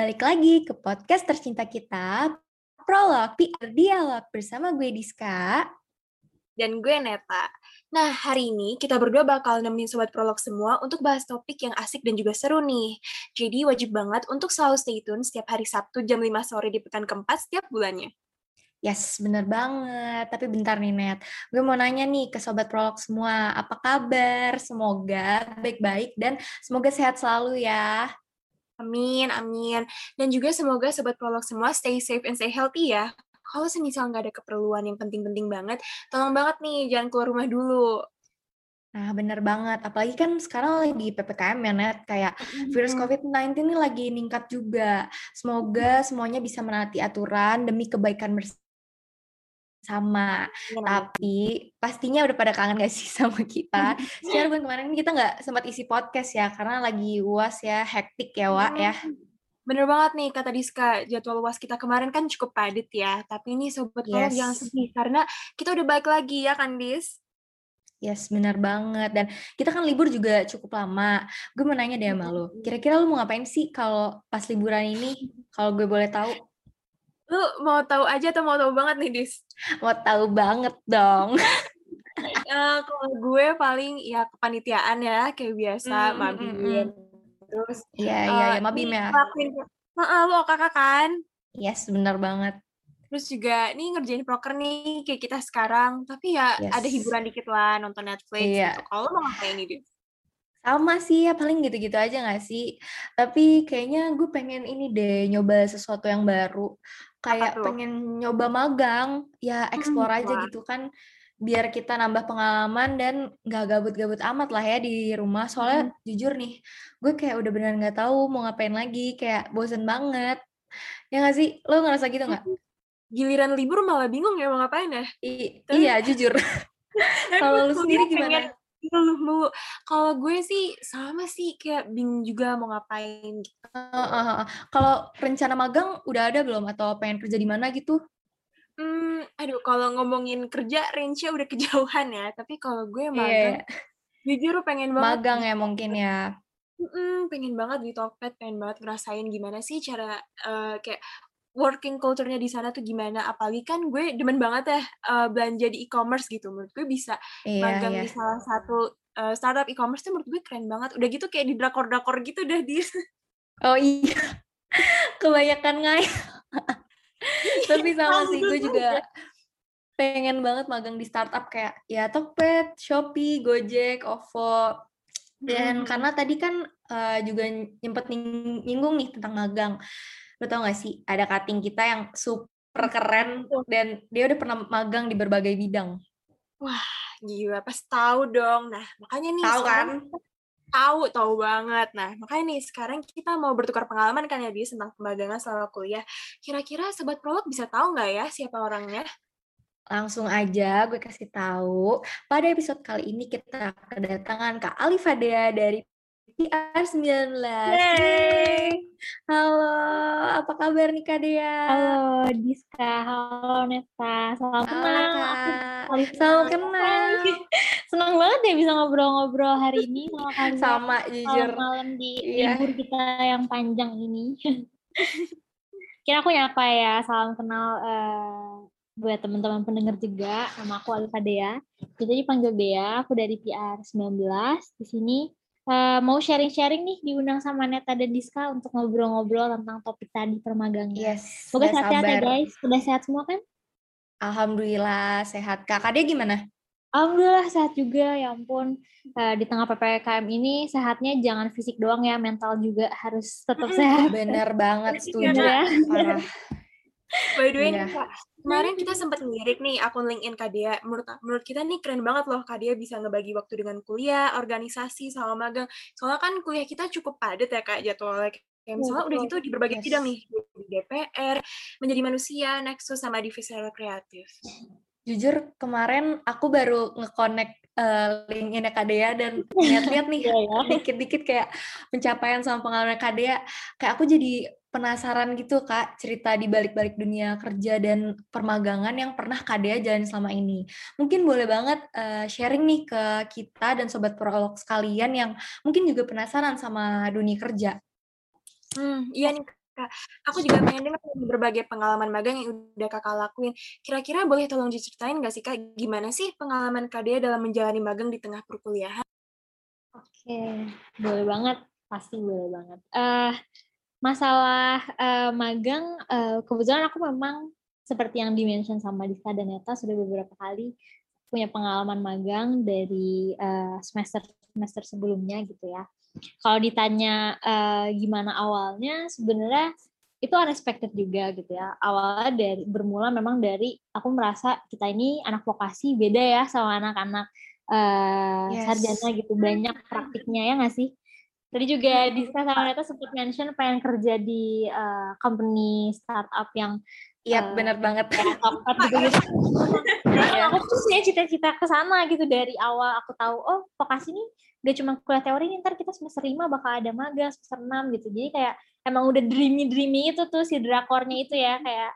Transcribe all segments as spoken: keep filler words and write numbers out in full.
Balik lagi ke podcast tercinta kita, Prolog P R Dialog bersama gue Diska. Dan gue Neta. Nah, hari ini kita berdua bakal nemenin Sobat Prolog semua untuk bahas topik yang asik dan juga seru nih. Jadi wajib banget untuk selalu stay tune setiap hari Sabtu jam lima sore di pekan keempat setiap bulannya. Yes, bener banget. Tapi bentar nih, Net. Gue mau nanya nih ke Sobat Prolog semua. Apa kabar? Semoga baik-baik dan semoga sehat selalu ya. Amin, amin. Dan juga semoga Sobat Prolog semua stay safe and stay healthy ya. Kalau semisal nggak ada keperluan yang penting-penting banget, tolong banget nih jangan keluar rumah dulu. Nah, bener banget. Apalagi kan sekarang lagi P P K M ya, Net. Kayak virus covid sembilan belas ini lagi meningkat juga. Semoga semuanya bisa menaati aturan demi kebaikan bersama. Sama, tapi pastinya udah pada kangen gak sih sama kita? Secara bulan kemarin kita nggak sempat isi podcast ya, karena lagi U A S ya, hektik ya, Wak ya. Bener banget nih kata Diska, jadwal U A S kita kemarin kan cukup padat ya, tapi ini Sobat Prolog Yes. jangan sedih, karena kita udah balik lagi ya kan, Dis? Yes, benar banget. Dan kita kan libur juga cukup lama. Gue mau nanya deh sama lo, kira-kira lo mau ngapain sih kalau pas liburan ini? Kalau gue boleh tahu. Lu mau tahu aja atau mau tahu banget nih, Dis? Mau tahu banget dong. uh, kalau gue paling ya kepanitiaan ya, kayak biasa, Mm, mabim. mm, mm. Terus, Iya, iya, uh, ya, mabim ya. ngelakuin, uh, lu O K K kan? Yes, benar banget. Terus juga nih ngerjain proker nih kayak kita sekarang, tapi ya Yes. ada hiburan dikit lah, nonton Netflix Iya. gitu. Kalau mau ngapain nih, Dis? Sama sih ya, paling gitu-gitu aja gak sih? Tapi kayaknya gue pengen ini deh, nyoba sesuatu yang baru. Kayak pengen nyoba magang, ya explore Hmm, aja wah. gitu kan. Biar kita nambah pengalaman dan gak gabut-gabut amat lah ya di rumah. Soalnya Hmm. jujur nih, gue kayak udah beneran gak tahu mau ngapain lagi. Kayak bosen banget. Ya gak sih? Lo ngerasa gitu gak? Giliran libur malah bingung ya mau ngapain ya? I- Tapi, iya, jujur. Kalau lo sendiri gimana? Lu, kalau gue sih sama sih kayak bingung juga mau ngapain gitu. Uh, uh, uh. Kalau rencana magang udah ada belum atau pengen kerja di mana gitu? Hmm, aduh kalau ngomongin kerja range-nya udah kejauhan ya. Tapi kalau gue magang, Iya, jujur pengen banget magang di ya mungkin ya. Mm-mm, pengen banget di Tokped, pengen banget ngerasain gimana sih cara uh, kayak working culture-nya di sana tuh gimana. Apalagi kan gue demen banget ya uh, belanja di e-commerce gitu. Menurut gue bisa Iya, magang iya. di salah satu uh, startup e-commerce tuh menurut gue keren banget. Udah gitu kayak di drakor-drakor gitu dah di. Oh iya, kebanyakan ngayal. Tapi sama sih, gue juga pengen banget magang di startup kayak ya Tokped, Shopee, Gojek, OVO. Dan karena tadi kan uh, juga nyempet ning- nyinggung nih tentang magang. Lo tau gak sih, ada cutting kita yang super keren dan dia udah pernah magang di berbagai bidang. Wah, gila, pas tahu dong. Nah, makanya nih Tahu sekarang kan? tahu, tahu banget. Nah, makanya nih sekarang kita mau bertukar pengalaman kan ya, Dis, tentang pemagangan selama kuliah. Kira-kira Sobat Prolog bisa tahu nggak ya siapa orangnya? Langsung aja gue kasih tahu. Pada episode kali ini kita kedatangan Kak Alif Adea dari P R sembilan belas. Yeay! Halo, apa kabar nih Kak Dea? Halo Diska, halo Neta, salam Halo kenal. Kak, Alif. salam kenal. Senang banget ya bisa ngobrol-ngobrol hari ini sama kalian. Sama jujur. Malam-malam di Iya. libur kita yang panjang ini. Kira aku nyapa ya, salam kenal uh, buat teman-teman pendengar juga. Nama aku Alif Dea. Kita dipanggil Dea, aku dari P R sembilan belas. Di sini Uh, mau sharing-sharing nih diundang sama Neta dan Diska untuk ngobrol-ngobrol tentang topik tadi permagangan. Yes, Semoga gak sehat-sehat ya sabar. guys. Sudah sehat semua kan? Alhamdulillah sehat. Kak, Kak Dea gimana? Alhamdulillah sehat juga. Ya ampun, uh, di tengah P P K M ini sehatnya jangan fisik doang ya, mental juga harus tetap sehat. Bener banget, setuju. Ya. Parah. By the way, Iya. nih, Kak, kemarin kita sempat ngelirik nih akun LinkedIn Kak Dea. Menurut, menurut kita nih keren banget loh Kak Dea bisa ngebagi waktu dengan kuliah, organisasi, sama magang. Soalnya kan kuliah kita cukup padat ya Kak jadwalnya. Kayak misalnya udah gitu di berbagai Yes. bidang nih. Di D P R, menjadi manusia, Nexus, sama divisi kreatif. Jujur kemarin aku baru nge-connect uh, link-nya Kak Dea dan lihat-lihat nih dikit-dikit kayak pencapaian sama pengalaman Kak Dea. Kayak aku jadi penasaran gitu Kak, cerita di balik-balik dunia kerja dan permagangan yang pernah Kak Dea jalan selama ini. Mungkin boleh banget uh, sharing nih ke kita dan Sobat Prolog sekalian yang mungkin juga penasaran sama dunia kerja. Hmm, iya nih Kak. Aku juga pengen dengar berbagai pengalaman magang yang udah Kakak lakuin. Kira-kira boleh tolong diceritain nggak sih Kak, gimana sih pengalaman Kak Dea dalam menjalani magang di tengah perkuliahan? Oke, boleh banget, pasti boleh banget. Uh, masalah uh, magang, uh, kebetulan aku memang seperti yang dimention sama Dika dan Neta sudah beberapa kali punya pengalaman magang dari uh, semester semester sebelumnya gitu ya. Kalau ditanya uh, gimana awalnya, sebenarnya itu unexpected juga gitu ya. Awalnya dari bermula memang dari aku merasa kita ini anak vokasi beda ya sama anak-anak uh, yes. sarjana gitu, banyak praktiknya ya nggak sih? Tadi juga Diska sama Neta sempat mention pengen kerja di uh, company startup yang Iya, yep, uh, benar banget. Kayak Tokped gitu-gitu. Nah, aku tuh punya cita-cita ke sana gitu dari awal. Aku tahu, oh vokasi ini udah cuma kuliah teori nih, ntar kita semester lima bakal ada magang, semester enam gitu. Jadi kayak emang udah dreamy-dreamy itu tuh si drakornya itu ya kayak.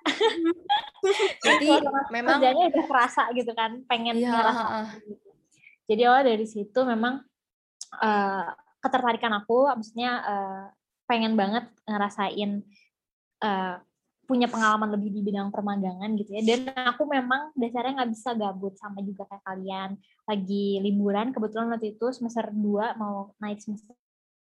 Jadi memang kerjanya udah kerasa gitu kan, pengen iya, ngerasa. uh, Gitu. Jadi awal dari situ memang uh, ketertarikan aku, maksudnya uh, pengen banget ngerasain uh, punya pengalaman lebih di bidang permagangan gitu ya. Dan aku memang dasarnya nggak bisa gabut, sama juga kayak kalian. Lagi liburan, kebetulan waktu itu semester dua mau naik semester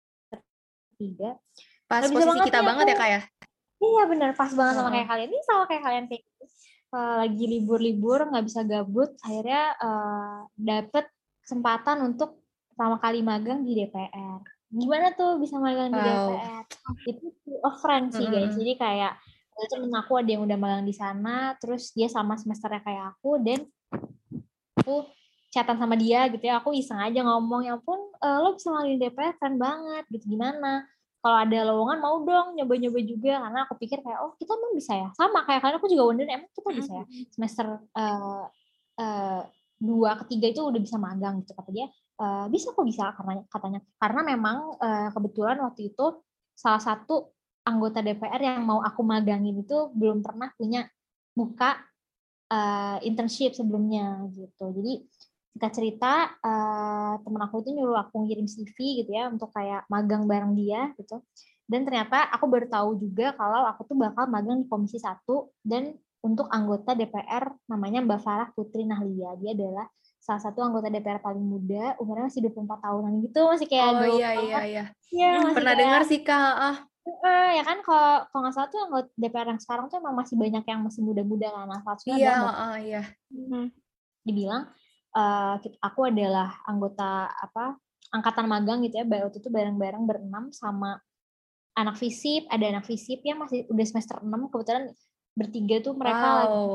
tiga. Pas gak posisi kita ya, banget aku, ya Kak ya? Iya bener, pas banget uh-huh. sama kayak kalian. Ini sama kayak kalian kayak uh, lagi libur-libur, nggak bisa gabut. Akhirnya uh, dapet kesempatan untuk pertama kali magang di D P R. Gimana tuh bisa magang wow. di D P R? Itu a friend sih guys. Mm-hmm. Jadi kayak temen aku ada yang udah magang di sana, terus dia sama semesternya kayak aku, dan aku chatan sama dia gitu ya, aku iseng aja ngomong, ya ampun e, lo bisa magang di D P R, keren banget gitu, gimana kalau ada lowongan mau dong nyoba-nyoba juga, karena aku pikir kayak oh kita emang bisa ya, sama kayak kalian aku juga wonder emang kita bisa ya semester uh, uh, dua ketiga itu udah bisa magang gitu, kata dia e, bisa kok bisa karena katanya karena memang uh, kebetulan waktu itu salah satu anggota D P R yang mau aku magangin itu belum pernah punya buka uh, internship sebelumnya gitu. Jadi singkat cerita uh, teman aku itu nyuruh aku ngirim C V gitu ya untuk kayak magang bareng dia gitu. Dan ternyata aku baru tahu juga kalau aku tuh bakal magang di Komisi satu dan untuk anggota D P R namanya Mbak Farah Putri Nahlia. Dia adalah salah satu anggota D P R paling muda, umurnya masih dua puluh empat tahunan gitu, masih kayak oh iya iya iya. Ya, pernah kayak, dengar sih Kak. Ah. Uh, ya kan kalau kalau nggak salah tuh anggota D P R yang sekarang tuh emang masih banyak yang masih muda-muda kan, asal iya uh, iya hmm. dibilang uh, aku adalah anggota apa angkatan magang gitu ya, waktu itu bareng-bareng berenam sama anak FISIP, ada anak FISIP ya masih udah semester enam, kebetulan bertiga tuh mereka wow. lagi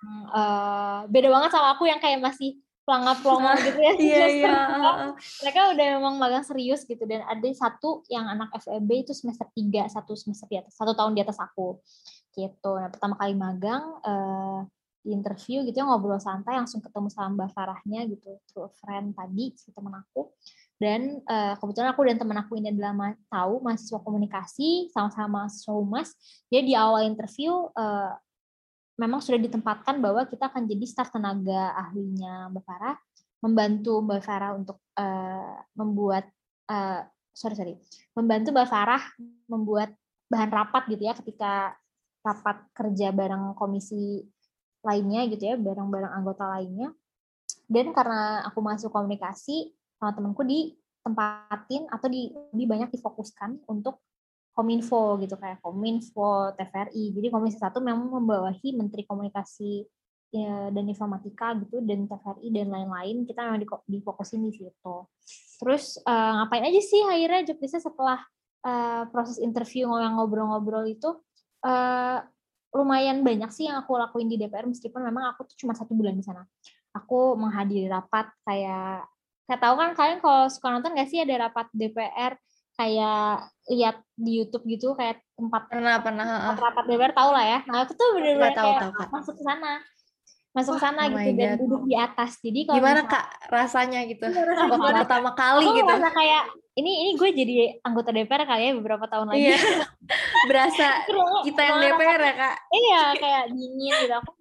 uh, beda banget sama aku yang kayak masih pelangap-pelongo gitu ya. Iya, iya. Mereka udah memang magang serius gitu, dan ada satu yang anak F E B itu semester tiga, satu semester di atas, satu tahun di atas aku. Gitu. Nah, pertama kali magang uh, di interview gitu ya, ngobrol santai, langsung ketemu sama Mbak Farahnya gitu, through a friend tadi, si teman aku. Dan uh, kebetulan aku dan teman aku ini adalah ma- tahu mahasiswa komunikasi, sama-sama mahasiswa humas. Jadi di awal interview uh, memang sudah ditempatkan bahwa kita akan jadi staf tenaga ahlinya Mbak Farah, membantu Mbak Farah untuk uh, membuat, uh, sorry sorry, membantu Mbak Farah membuat bahan rapat gitu ya, ketika rapat kerja bareng komisi lainnya gitu ya, bareng-bareng anggota lainnya. Dan karena aku masuk komunikasi, sama temanku ditempatin atau di, lebih banyak difokuskan untuk Kominfo gitu, kayak Kominfo, T V R I. Jadi Komisi satu memang membawahi Menteri Komunikasi ya, dan Informatika gitu, dan T V R I dan lain-lain. Kita memang difokusin di situ. Terus uh, ngapain aja sih akhirnya job desk setelah uh, proses interview yang ngobrol-ngobrol itu, uh, lumayan banyak sih yang aku lakuin di D P R, meskipun memang aku tuh cuma satu bulan di sana. Aku menghadiri rapat kayak, kayak tahu kan kalian kalau suka nonton nggak sih ada rapat D P R kayak lihat di YouTube gitu, kayak tempat pernah pernah tempat rapat D P R, tau lah ya. Nah aku tuh bener-bener tahu, kayak tahu, tahu. masuk ke sana, masuk ke sana oh gitu, dan duduk di atas. Jadi kalau gimana misalnya, Kak rasanya gitu? Waktu pertama kali aku gitu. Aku merasa kayak ini ini gue jadi anggota D P R kali ya beberapa tahun lagi. Iya. Berasa kita yang D P R ya Kak. Iya, kayak dingin gitu. Aku tuh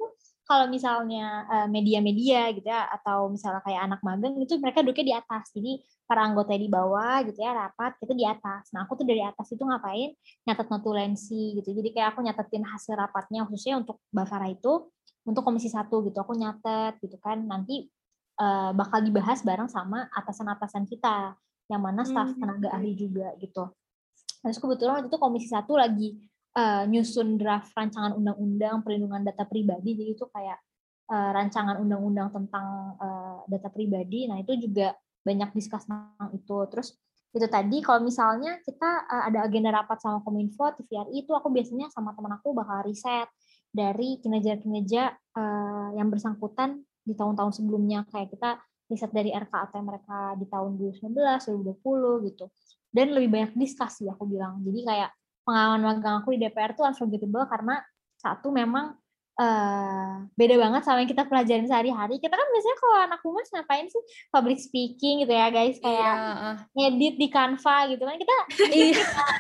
kalau misalnya uh, media-media gitu ya, atau misalnya kayak anak magang itu mereka duduknya di atas. Jadi para anggota di bawah gitu ya, rapat, kita di atas. Nah aku tuh dari atas itu ngapain? Nyatet notulensi gitu. Jadi kayak aku nyatetin hasil rapatnya khususnya untuk Bavara itu, untuk komisi satu gitu. Aku nyatet gitu kan. Nanti uh, bakal dibahas bareng sama atasan-atasan kita, yang mana staf tenaga ahli juga gitu. Terus kebetulan waktu itu komisi satu lagi uh, nyusun draft rancangan undang-undang perlindungan data pribadi, jadi itu kayak uh, rancangan undang-undang tentang uh, data pribadi. Nah itu juga banyak diskus tentang itu. Terus itu tadi kalau misalnya kita uh, ada agenda rapat sama Kominfo, T V R I, itu aku biasanya sama teman aku bakal riset dari kinerja-kinerja uh, yang bersangkutan di tahun-tahun sebelumnya. Kayak kita riset dari R K A T mereka di tahun dua ribu sembilan belas, dua ribu dua puluh gitu. Dan lebih banyak diskusi aku bilang. Jadi kayak pengalaman magang aku di D P R tuh unforgettable karena satu memang uh, beda banget sama yang kita pelajarin sehari-hari. Kita kan biasanya kalau anak humas ngapain sih? Public speaking gitu ya guys, kayak iya. ngedit di Canva gitu kan. Kita iya.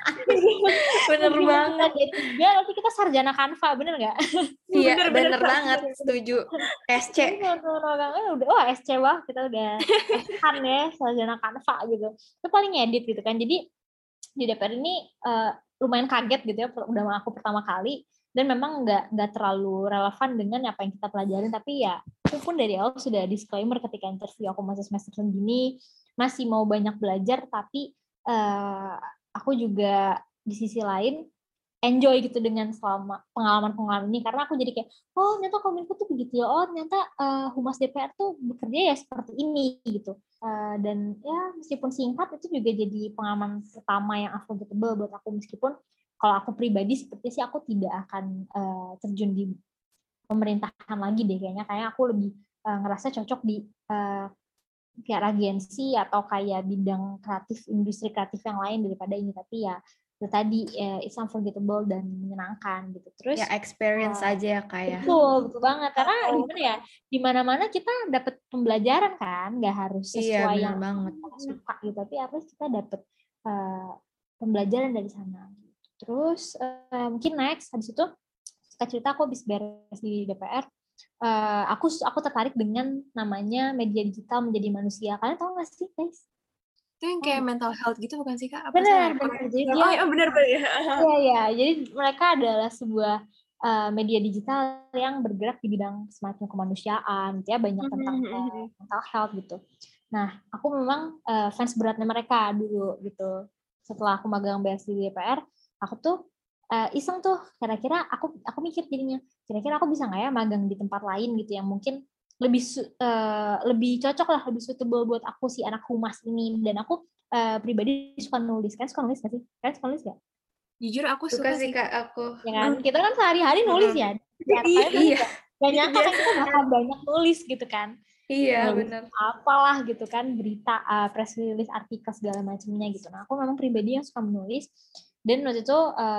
Bener banget. D tiga tapi kita sarjana Canva, bener nggak? Iya, bener, bener, bener banget, bener, setuju. S C. Udah, oh S C wah, kita udah kan ya, sarjana Canva gitu. Itu paling ngedit gitu kan. Jadi di D P R ini uh, lumayan kaget gitu ya, udah aku pertama kali, dan memang nggak nggak terlalu relevan dengan apa yang kita pelajarin. Tapi ya, aku pun dari awal sudah disclaimer ketika interview, aku masih semester segini, masih mau banyak belajar, tapi uh, aku juga di sisi lain enjoy gitu dengan selama pengalaman-pengalaman ini, karena aku jadi kayak, oh ternyata Kominfo tuh begitu ya, oh ternyata uh, humas D P R tuh bekerja ya seperti ini gitu. Uh, dan ya meskipun singkat itu juga jadi pengalaman pertama yang unforgettable buat aku, meskipun kalau aku pribadi seperti sih aku tidak akan uh, terjun di pemerintahan lagi deh kayaknya, kayak aku lebih uh, ngerasa cocok di uh, kayak agensi atau kayak bidang kreatif, industri kreatif yang lain daripada ini. Tapi ya itu tadi uh, it's unforgettable dan menyenangkan gitu. Terus ya experience uh, aja ya kayak betul betul banget, karena oh. gimana ya, di mana-mana kita dapat pembelajaran kan, nggak harus sesuai iya, yang banget. kita suka gitu, tapi at least kita dapat uh, pembelajaran dari sana. Terus uh, mungkin next habis itu kita cerita aku habis beres di D P R, uh, aku aku tertarik dengan namanya media digital menjadi manusia. Kalian tahu nggak sih guys? Itu yang kayak oh. mental health gitu bukan sih Kak? Apa benar, benar. Jadi oh iya benar benar ya. Iya ya, jadi mereka adalah sebuah uh, media digital yang bergerak di bidang semacam kemanusiaan, ya banyak tentang uh, mental health gitu. Nah, aku memang uh, fans beratnya mereka dulu gitu. Setelah aku magang beres di D P R, aku tuh uh, iseng tuh, kira-kira aku aku mikir jadinya, kira-kira aku bisa nggak ya magang di tempat lain gitu yang mungkin lebih uh, lebih cocok lah, lebih suitable buat aku si anak humas ini. Dan aku uh, pribadi suka nulis. Kan suka nulis nggak sih? Kan suka nulis nggak? Jujur aku suka, suka sih Kak, aku. Ya kan? Kita kan sehari-hari nulis ya. Iya. iya. Gak nyangka kan kita bakal banyak nulis gitu kan. Iya, nulis benar. Apalah gitu kan, berita, uh, press release, artikel segala macamnya gitu. Nah, aku memang pribadi yang suka menulis. Dan waktu itu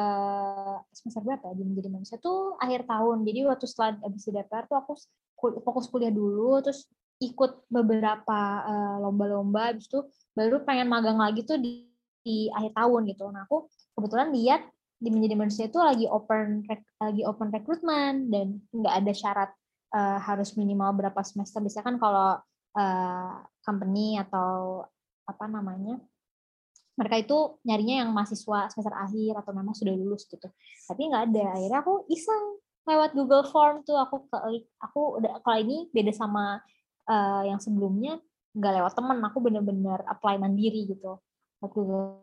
uh, semester berapa ya di menjadi manusia tuh akhir tahun. Jadi waktu setelah habis di D P R tuh aku fokus kuliah dulu, terus ikut beberapa uh, lomba-lomba, habis itu baru pengen magang lagi tuh di, di akhir tahun gitu. Nah, aku kebetulan lihat di menjadi manusia itu lagi open lagi open recruitment dan nggak ada syarat uh, harus minimal berapa semester. Biasanya kan kalau uh, company atau apa namanya, mereka itu nyarinya yang mahasiswa semester akhir atau memang sudah lulus gitu. Tapi nggak ada. Akhirnya aku iseng lewat Google Form tuh, aku klik, aku udah kalau ini beda sama uh, yang sebelumnya, nggak lewat teman, aku bener-bener apply mandiri gitu. Lewat Google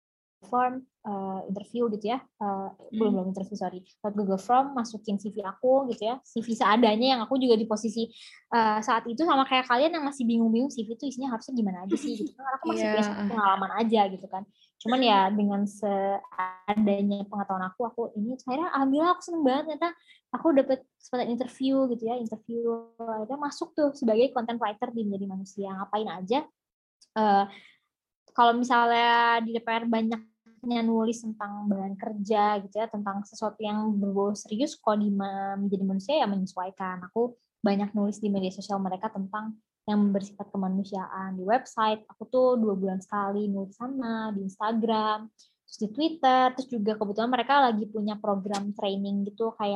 Form, uh, interview gitu ya, uh, hmm. belum belum interview sorry, lewat Google Form masukin C V aku gitu ya, C V seadanya, yang aku juga di posisi uh, saat itu sama kayak kalian yang masih bingung-bingung C V itu isinya harusnya gimana aja sih gitu kan, karena aku masih yeah. punya pengalaman aja gitu kan, cuman ya dengan seadanya pengetahuan aku, aku ini akhirnya alhamdulillah aku seneng banget ternyata aku dapet kesempatan interview gitu ya, interview akhirnya masuk tuh sebagai content writer di Menjadi Manusia. Ngapain aja? Uh, kalau misalnya di D P R banyak nulis tentang bahan kerja gitu ya, tentang sesuatu yang berbau serius, kalau di Menjadi Manusia ya menyesuaikan. Aku banyak nulis di media sosial mereka tentang yang bersifat kemanusiaan. Di website aku tuh dua bulan sekali nulis sana, di Instagram, terus di Twitter, terus juga kebetulan mereka lagi punya program training gitu, kayak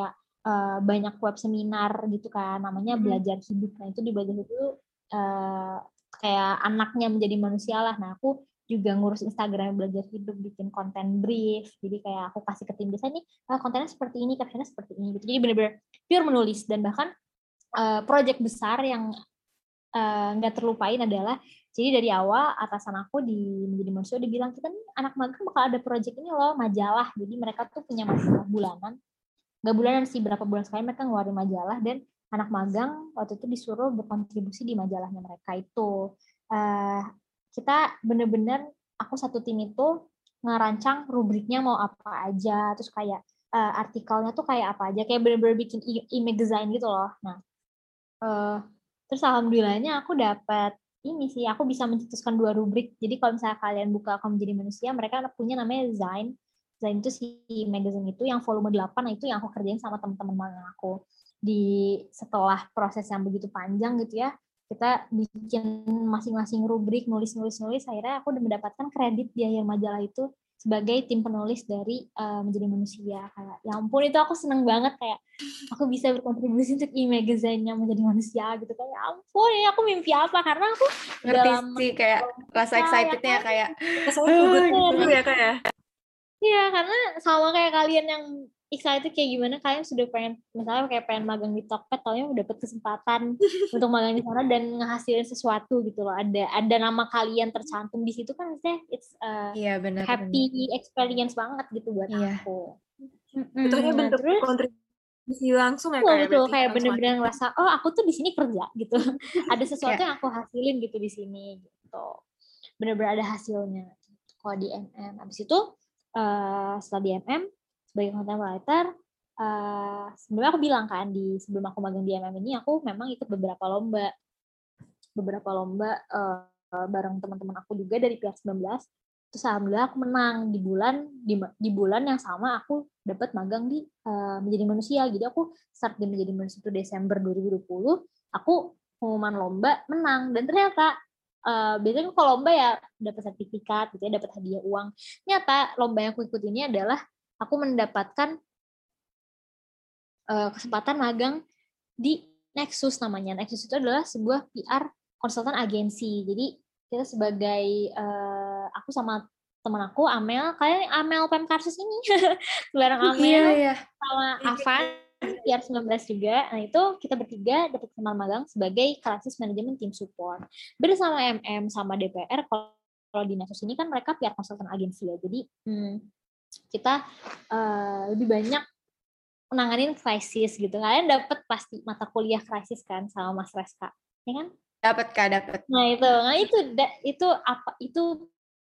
uh, banyak web seminar gitu kan, namanya Mm-hmm. Belajar Hidup. Nah itu di Belajar Hidup uh, kayak anaknya menjadi manusia lah. Nah aku juga ngurus Instagram Belajar Hidup, bikin konten brief. Jadi kayak aku kasih ke tim desain nih, ah, kontennya seperti ini, captionnya seperti ini gitu. Jadi benar-benar pure menulis. Dan bahkan uh, project besar yang nggak uh, terlupain adalah, jadi dari awal atasan aku di Menjadi Manusia udah bilang, kita nih anak magang bakal ada project ini loh, majalah. Jadi mereka tuh punya majalah bulanan, nggak bulanan sih, berapa bulan sekali mereka ngeluarin majalah, dan anak magang waktu itu disuruh berkontribusi di majalahnya mereka itu. Uh, kita bener-bener, aku satu tim itu ngerancang rubriknya mau apa aja, terus kayak uh, artikelnya tuh kayak apa aja, kayak bener-bener bikin e-magazine gitu loh. Nah, uh, terus alhamdulillahnya aku dapat ini sih, aku bisa mencetuskan dua rubrik. Jadi kalau misalnya kalian buka Aku Menjadi Manusia, mereka punya namanya Zain. Zain itu si magazine itu yang volume delapan, nah itu yang aku kerjain sama teman-teman magang aku. Di setelah proses yang begitu panjang gitu ya, kita bikin masing-masing rubrik, nulis-nulis-nulis, akhirnya aku udah mendapatkan kredit di akhir majalah itu sebagai tim penulis dari uh, Menjadi Manusia. Kayak, ya ampun, itu aku seneng banget, kayak aku bisa berkontribusi untuk e-magazine-nya Menjadi Manusia gitu. Kayak ya ampun, ya aku mimpi apa, karena aku ngerti dalam sih kayak rasa excitednya ya, kayak rasanya gugut gitu ya kak ya. Iya, karena sama kayak kalian yang excited kayak gimana, kalian sudah pengen, misalnya kayak pengen magang di Tokped, kalian udah dapet kesempatan untuk magang di sana dan ngehasilin sesuatu gitu loh. Ada ada nama kalian tercantum di situ kan, maksudnya it's a iya, benar, happy benar. experience banget gitu buat Iya. aku. Itu hanya Nah, bentuk terus kontribusi langsung ya betul, kayak betul, berarti kayak langsung bener-bener ngerasa, oh aku tuh di sini kerja gitu. Ada sesuatu Kayak- yang aku hasilin gitu di sini gitu. Bener-bener ada hasilnya. Kalau di M M, habis itu uh, setelah di M M sebagai content writer, uh, sebenarnya aku bilang kan di sebelum aku magang di M M ini, aku memang ikut beberapa lomba, beberapa lomba uh, bareng teman-teman aku juga dari P R sembilan belas. Terus alhamdulillah aku menang di bulan di, di bulan yang sama aku dapat magang di uh, Menjadi Manusia. Jadi aku start di Menjadi Manusia itu Desember dua ribu dua puluh, aku pengumuman lomba menang, dan ternyata uh, biasanya kalau lomba ya dapat sertifikat gitu ya, dapat hadiah uang. Ternyata lomba yang aku ikut ini adalah aku mendapatkan uh, kesempatan magang di Nexus namanya. Nexus itu adalah sebuah P R konsultan agensi. Jadi kita sebagai uh, aku sama teman aku Amel, kalian Amel Pemkarsus ini bareng Amel iya, iya. sama Avan P R sembilan belas juga. Nah itu kita bertiga dapat kenal magang sebagai crisis management team support bersama M M sama D P R. Kalau di Nexus ini kan mereka P R konsultan agensi ya, jadi hmm, kita uh, lebih banyak menanganin krisis gitu. Kalian dapat pasti mata kuliah krisis kan sama Mas Reska, ya kan? Dapat Kak, dapat. Nah itu, nah itu, itu apa? Itu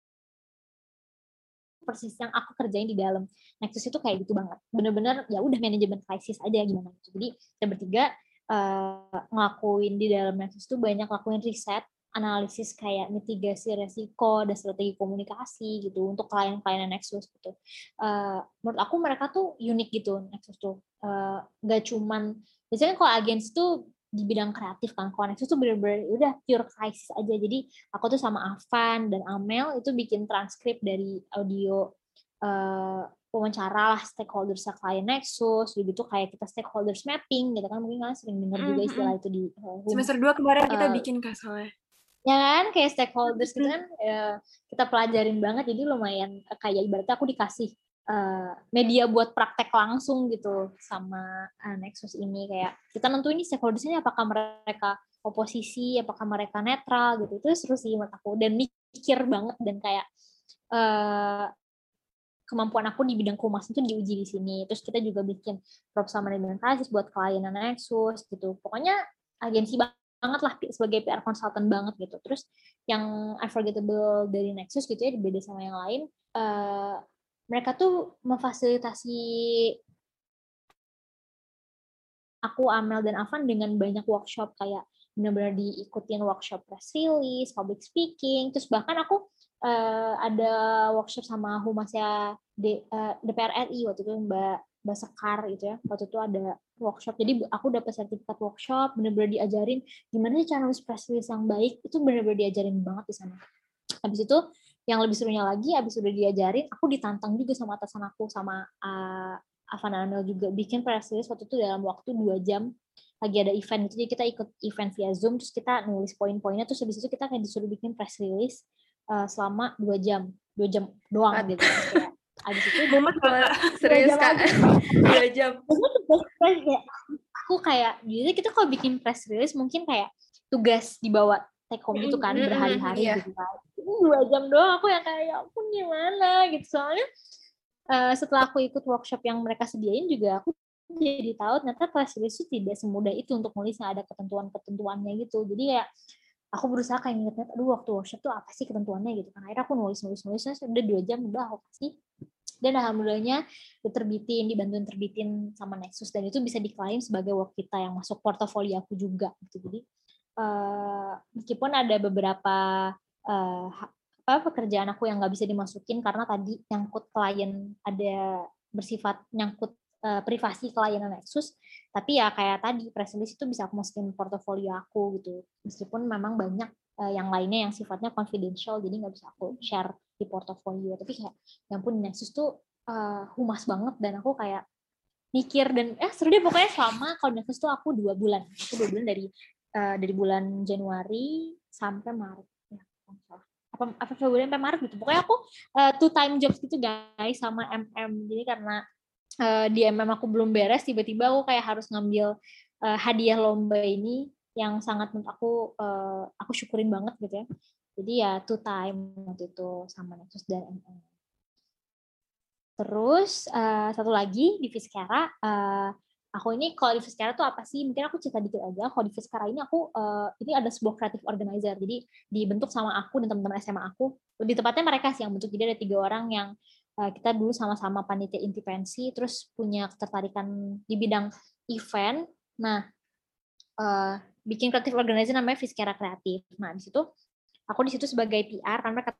persis yang aku kerjain di dalam Nexus itu kayak gitu banget. Bener-bener ya udah manajemen krisis aja gimana gitu. Jadi kita bertiga uh, ngelakuin di dalam Nexus itu banyak lakuin riset, analisis kayak mitigasi resiko dan strategi komunikasi gitu untuk klien-klien Nexus gitu. Uh, menurut aku mereka tuh unik gitu Nexus tuh. Uh, gak cuman, biasanya kalau agensi tuh di bidang kreatif kan, kalau Nexus tuh bener-bener udah pure krisis aja. Jadi aku tuh sama Avan dan Amel itu bikin transkrip dari audio uh, wawancara lah stakeholders klien Nexus, gitu kayak kita stakeholders mapping gitu kan, mungkin kalian sering dengar juga istilah itu di uh, semester dua kemarin kita uh, bikin Kak soalnya. Ya kan, kayak stakeholders gitu kan, ya, kita pelajarin banget, jadi lumayan kayak ibaratnya aku dikasih uh, media buat praktek langsung gitu sama uh, Nexus ini, kayak kita nentuin nih stakeholdersnya apakah mereka oposisi, apakah mereka netral gitu. Itu seru sih menurut aku, dan mikir banget, dan kayak uh, kemampuan aku di bidang kehumasan itu diuji di sini. Terus kita juga bikin proposal manajemen krisis buat klien Nexus gitu. Pokoknya agensi banget banget lah sebagai P R consultant banget gitu. Terus yang unforgettable dari Nexus gitu ya, beda sama yang lain, uh, mereka tuh memfasilitasi aku, Amel, dan Avan dengan banyak workshop, kayak benar-benar diikutin workshop press release, public speaking, terus bahkan aku uh, ada workshop sama Humasnya D, uh, D P R R I waktu itu, Mbak Mbak Sekar gitu ya, waktu itu ada workshop, jadi aku dapat sertifikat workshop, benar-benar diajarin gimana sih cara nulis press release yang baik, itu benar-benar diajarin banget di sana. Habis itu yang lebih serunya lagi, habis udah diajarin, aku ditantang juga sama atasan aku, sama uh, Afan Anel juga bikin press release waktu itu dalam waktu dua jam lagi ada event gitu, jadi kita ikut event via Zoom, terus kita nulis poin-poinnya, terus habis itu kita kayak disuruh bikin press release uh, selama dua jam, dua jam doang At- gitu. Terus kayak abis itu Mumet Wah, Kak. serius jam Kak, aja. dua jam. Kayak, aku kayak, jadi kita kalau bikin press release mungkin kayak tugas dibawa take home gitu kan, Mm-mm, berhari-hari iya. gitu kan. Ini dua jam doang aku yang kayak, ya ampun gimana gitu. Soalnya uh, setelah aku ikut workshop yang mereka sediain juga, aku jadi tahu ternyata press release itu tidak semudah itu untuk nulisnya, ada ketentuan-ketentuannya gitu. Jadi kayak aku berusaha kayak inget-inget, aduh waktu workshop tuh apa sih ketentuannya gitu kan. Akhirnya aku nulis-nulis-nulis, udah dua jam udah aku kasih. Dan alhamdulillahnya diterbitin, dibantuin terbitin sama Nexus, dan itu bisa diklaim sebagai work kita yang masuk portofolio aku juga gitu. Jadi uh, meskipun ada beberapa uh, apa pekerjaan aku yang nggak bisa dimasukin karena tadi nyangkut klien, ada bersifat nyangkut uh, privasi klien Nexus, tapi ya kayak tadi press release itu bisa aku masukin portofolio aku gitu, meskipun memang banyak uh, yang lainnya yang sifatnya confidential, jadi nggak bisa aku share di portofolio. Tapi kayak yang pun Nexus tuh uh, humas banget, dan aku kayak mikir dan eh seru deh pokoknya. Selama kalau Nexus tuh aku dua bulan, aku dua bulan dari uh, dari bulan Januari sampai Maret ya, apa apa Februari sampai Maret gitu. Pokoknya aku uh, two time jobs gitu guys sama M M. Jadi karena uh, di M M aku belum beres, tiba-tiba aku kayak harus ngambil uh, hadiah lomba ini yang sangat menurut aku uh, aku syukurin banget gitu ya. Jadi ya two time waktu itu sama Nexus dan M M. Terus uh, satu lagi di Fiskara, uh, aku ini kalau di Fiskara tuh apa sih? Mungkin aku cerita dikit aja. Kalau di Fiskara ini aku uh, ini ada sebuah creative organizer. Jadi dibentuk sama aku dan teman-teman S M A aku. Lebih tepatnya mereka sih yang bentuk. Jadi ada tiga orang yang uh, kita dulu sama-sama panitia inti pensi, terus punya ketertarikan di bidang event. Nah, uh, bikin creative organizer namanya Fiskara Kreatif. Nah, di situ aku di situ sebagai P R karena mereka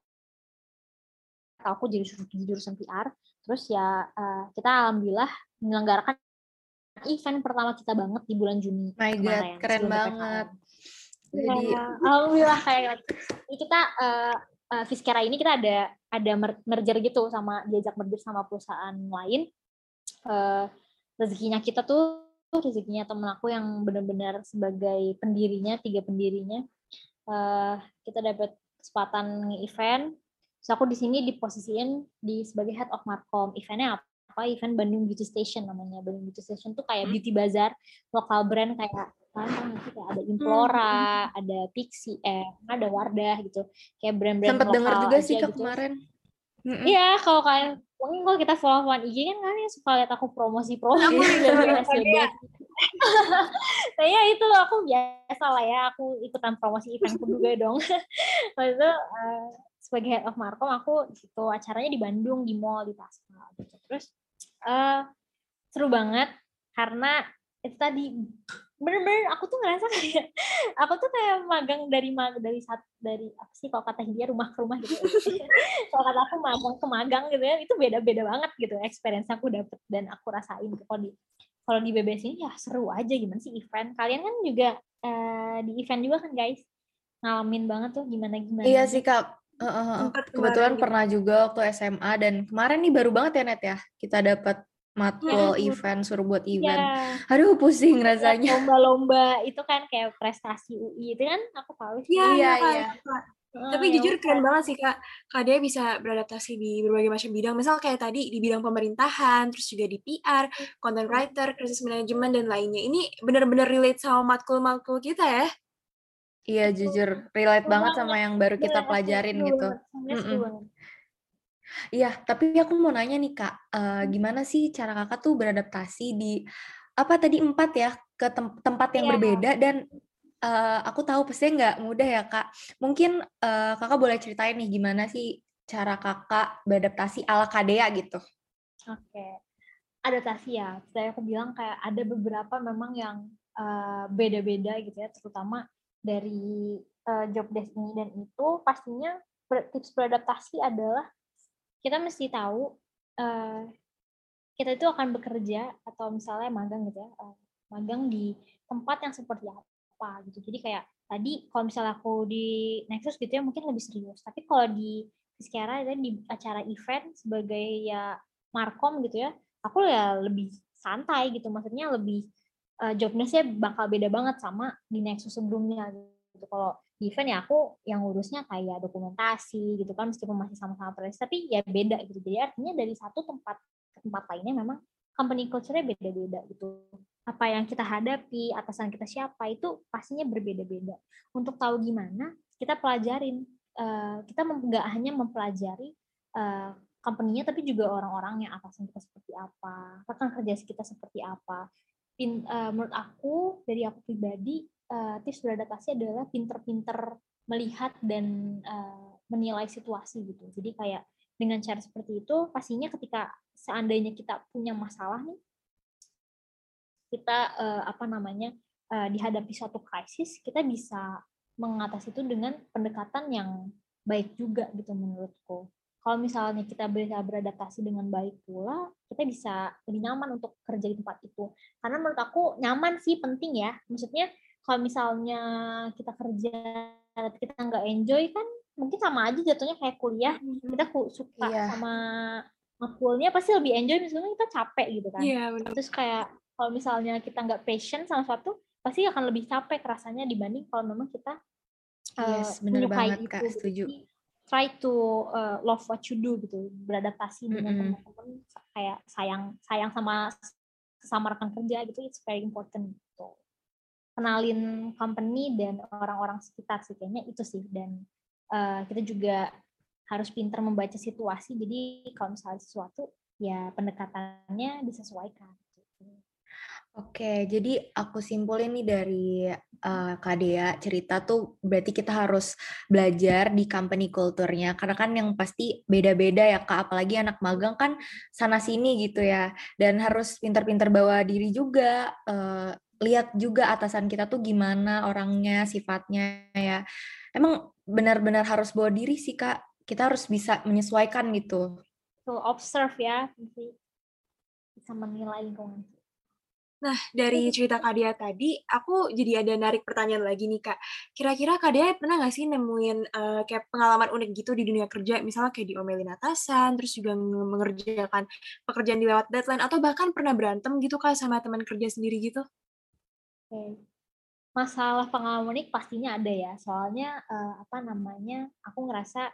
tahu aku jadi jurusan P R. Terus ya uh, kita alhamdulillah menyelenggarakan event pertama kita banget di bulan Juni My kemarin. God, keren banget. Jadi Jadi ya, alhamdulillah kayak ini kita uh, uh, Fiskara ini kita ada ada merger gitu, sama diajak merger sama perusahaan lain. Uh, rezekinya kita tuh rezekinya temen aku yang benar-benar sebagai pendirinya, tiga pendirinya, uh, kita dapat kesempatan nge-event. So aku di sini diposisiin di sebagai head of markom. Eventnya apa? Event Bandung Beauty Station namanya. Bandung Beauty Station tuh kayak beauty bazaar, lokal brand kayak kan kayak ada Implora, hmm. ada Pixie, eh ada Wardah gitu. Kayak brand-brand sempet lokal denger juga aja sih Kak gitu. Kemarin. Iya, kalau kalian mungkin kalau kita follow-followan I G kan kalian suka lihat aku promosi-promosi bebas-bebas. Nah ya itu aku biasa lah ya, aku ikutan promosi eventku juga dong. Lalu uh, sebagai head of markom aku di situ, acaranya di Bandung di mall di Pascal gitu. Terus uh, seru banget karena itu tadi bener-bener aku tuh ngerasa kayak aku tuh kayak magang dari dari saat dari apa sih kalau kata dia rumah ke rumah gitu. Kalau kata aku magang ke magang gitu ya, itu beda-beda banget gitu experience aku dapet dan aku rasain. Kalau di kalau di B B S ini ya seru aja, gimana sih event. Kalian kan juga uh, di event juga kan guys, ngalamin banget tuh gimana-gimana. Iya sih Kak, uh, uh, uh. kebetulan pernah juga waktu S M A, dan kemarin nih baru banget ya Net ya, kita dapat matkul hmm. event, suruh buat event. Ya. Aduh pusing rasanya. Lomba-lomba itu kan kayak prestasi U I itu kan aku tahu sih. Iya, iya. iya. iya. Hmm, Tapi ya jujur keren banget sih Kak. Kak Dea bisa beradaptasi di berbagai macam bidang. Misal kayak tadi di bidang pemerintahan, terus juga di P R, content writer, crisis management, dan lainnya. Ini benar-benar relate sama matkul-matkul kita ya. Iya, jujur. Relate banget sama yang baru kita pelajarin gitu. Iya, tapi aku mau nanya nih Kak, uh, gimana sih cara Kakak tuh beradaptasi di, apa tadi, empat ya, ke tem- tempat yang yeah. berbeda, dan Uh, aku tahu pasti nggak mudah ya Kak. Mungkin uh, Kakak boleh ceritain nih gimana sih cara Kakak beradaptasi ala Kak Dea gitu. Oke, okay. Adaptasi ya. Saya aku bilang kayak ada beberapa memang yang uh, beda-beda gitu ya, terutama dari uh, job desk ini dan itu. Pastinya tips beradaptasi adalah kita mesti tahu uh, kita itu akan bekerja atau misalnya magang gitu ya, uh, magang di tempat yang seperti apa. Apa gitu. Jadi kayak tadi kalau misalnya aku di Nexus gitu ya mungkin lebih serius, tapi kalau di Fiskara itu di acara event sebagai ya markom gitu ya, aku ya lebih santai gitu, maksudnya lebih uh, jobnya bakal beda banget sama di Nexus sebelumnya gitu. Kalau di event ya aku yang ngurusnya kayak dokumentasi gitu kan, meskipun masih sama-sama press, tapi ya beda gitu. Jadi artinya dari satu tempat ke tempat lainnya memang company culture-nya beda-beda gitu. Apa yang kita hadapi, atasan kita siapa, itu pastinya berbeda-beda. Untuk tahu gimana, kita pelajarin. Uh, kita nggak hanya mempelajari uh, company-nya, tapi juga orang-orangnya, atasan kita seperti apa, rekan kerja kita seperti apa. Pin, uh, menurut aku, dari aku pribadi, uh, tips beradaptasi adalah pinter-pinter melihat dan uh, menilai situasi gitu. Jadi kayak dengan cara seperti itu, pastinya ketika seandainya kita punya masalah nih, kita uh, apa namanya uh, dihadapi suatu krisis, kita bisa mengatasi itu dengan pendekatan yang baik juga gitu menurutku. Kalau misalnya kita bisa beradaptasi dengan baik pula, kita bisa lebih nyaman untuk kerja di tempat itu. Karena menurut aku nyaman sih penting ya. Maksudnya kalau misalnya kita kerja tapi kita nggak enjoy kan mungkin sama aja jatuhnya kayak kuliah. Kita suka yeah. sama makulnya pasti lebih enjoy, misalnya kita capek gitu kan. Yeah, terus kayak kalau misalnya kita nggak passion sama sesuatu, pasti akan lebih capek rasanya dibanding kalau memang kita yes, uh, bener banget itu. Kak, setuju. Jadi, try to uh, love what you do gitu, beradaptasi mm-hmm. dengan teman-teman, kayak sayang sayang sama sama rekan kerja gitu, it's very important gitu. Kenalin company dan orang-orang sekitar sih kayaknya itu sih, dan uh, kita juga harus pintar membaca situasi, jadi kalau misalnya sesuatu ya pendekatannya disesuaikan. Oke, jadi aku simpulin nih dari uh, Kak Dea cerita tuh berarti kita harus belajar di company culture-nya, karena kan yang pasti beda-beda ya Kak, apalagi anak magang kan sana-sini gitu ya, dan harus pintar-pintar bawa diri juga, uh, lihat juga atasan kita tuh gimana orangnya, sifatnya ya. Emang benar-benar harus bawa diri sih Kak, kita harus bisa menyesuaikan gitu. So, observe ya, bisa menilai lingkungan. Nah, dari cerita Kak Dea tadi, aku jadi ada narik pertanyaan lagi nih, Kak. Kira-kira Kak Dea pernah nggak sih nemuin uh, kayak pengalaman unik gitu di dunia kerja, misalnya kayak diomelin atasan, terus juga mengerjakan pekerjaan di lewat deadline, atau bahkan pernah berantem gitu, Kak, sama teman kerja sendiri gitu? Oke. Masalah pengalaman unik pastinya ada ya, soalnya uh, apa namanya, aku ngerasa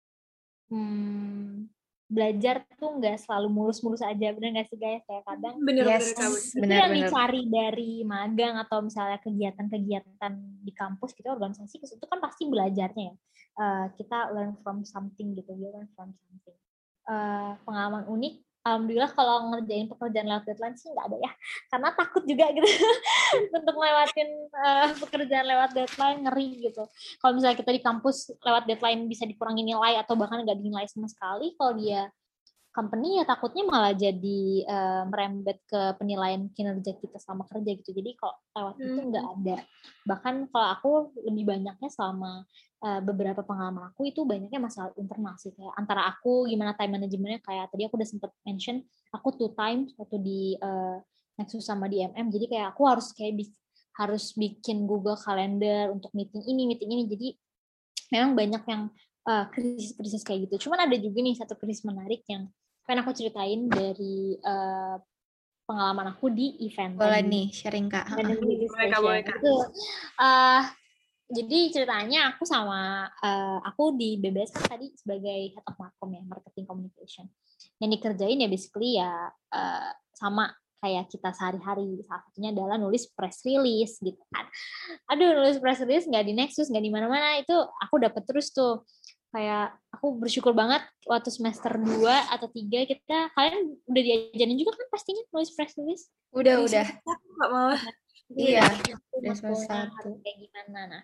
hmm, belajar tuh nggak selalu mulus-mulus aja, bener nggak sih guys? Kayak kadang bener, yes, bener, itu bener, yang bener. dicari dari magang atau misalnya kegiatan-kegiatan di kampus gitu, organisasi itu kan pasti belajarnya ya. Uh, kita learn from something gitu, you learn from something. Uh, pengalaman unik, alhamdulillah kalau ngerjain pekerjaan lewat deadline sih nggak ada ya, karena takut juga gitu untuk lewatin uh, pekerjaan lewat deadline, ngeri gitu. Kalau misalnya kita di kampus lewat deadline bisa dikurangi nilai atau bahkan nggak dinilai sama sekali, kalau dia company ya takutnya malah jadi uh, merembet ke penilaian kinerja kita selama kerja gitu. Jadi kalau lewat hmm. itu nggak ada. Bahkan kalau aku lebih banyaknya selama uh, beberapa pengalaman aku itu banyaknya masalah internal sih, kayak antara aku gimana time manajemennya, kayak tadi aku udah sempet mention aku two times waktu di uh, Nexus sama di M M. Jadi kayak aku harus kayak bis, harus bikin Google Calendar untuk meeting ini meeting ini. Jadi memang banyak yang uh, krisis-krisis kayak gitu. Cuman ada juga nih satu krisis menarik yang kan aku ceritain dari uh, pengalaman aku di event. Boleh tadi. Nih sharing Kak. Boleh, Kak. Itu, uh, jadi ceritanya aku sama uh, aku di B B S kan tadi sebagai head of markom ya, marketing communication. Yang dikerjain ya basically ya uh, sama kayak kita sehari-hari. Salah satunya adalah nulis press release gitu kan. Aduh, nulis press release nggak di Nexus, nggak di mana-mana, itu aku dapat terus tuh. Kayak aku bersyukur banget waktu semester dua atau tiga kita, kalian udah diajarin juga kan pastinya nulis press release? Udah, udah. Nggak mau. Iya, udah semester satu. Kayak gimana? Nah,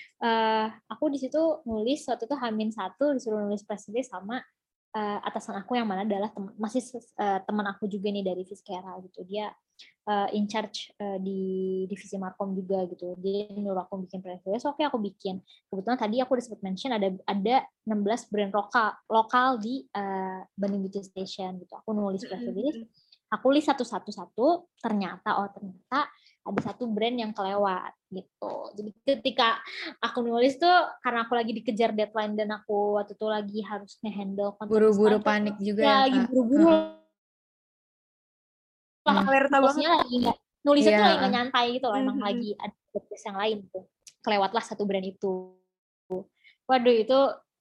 uh, aku di situ nulis waktu itu Hamin satu disuruh nulis press release sama uh, atasan aku yang mana adalah tem- masih uh, teman aku juga nih dari Fiskera gitu. Dia uh, in charge uh, di divisi markom juga gitu. Dia nyuruh aku bikin press release, oke aku bikin. Kebetulan tadi aku udah sempat mention ada ada enam belas brand lokal lokal di uh, Bandung Beauty Station gitu. Aku nulis press release, aku list satu-satu satu, ternyata oh ternyata ada satu brand yang kelewat gitu. Jadi ketika aku nulis tuh karena aku lagi dikejar deadline dan aku waktu itu lagi harus nge-handle konten buru-buru panik juga ya, ya lagi buru-buru Wah, alerta banget. nulisnya lagi nggak, nulisnya tuh Iya. lagi nggak nyantai gitu loh, emang Mhm. lagi ada podcast yang lain tuh. Kelewatlah satu brand itu. Waduh, itu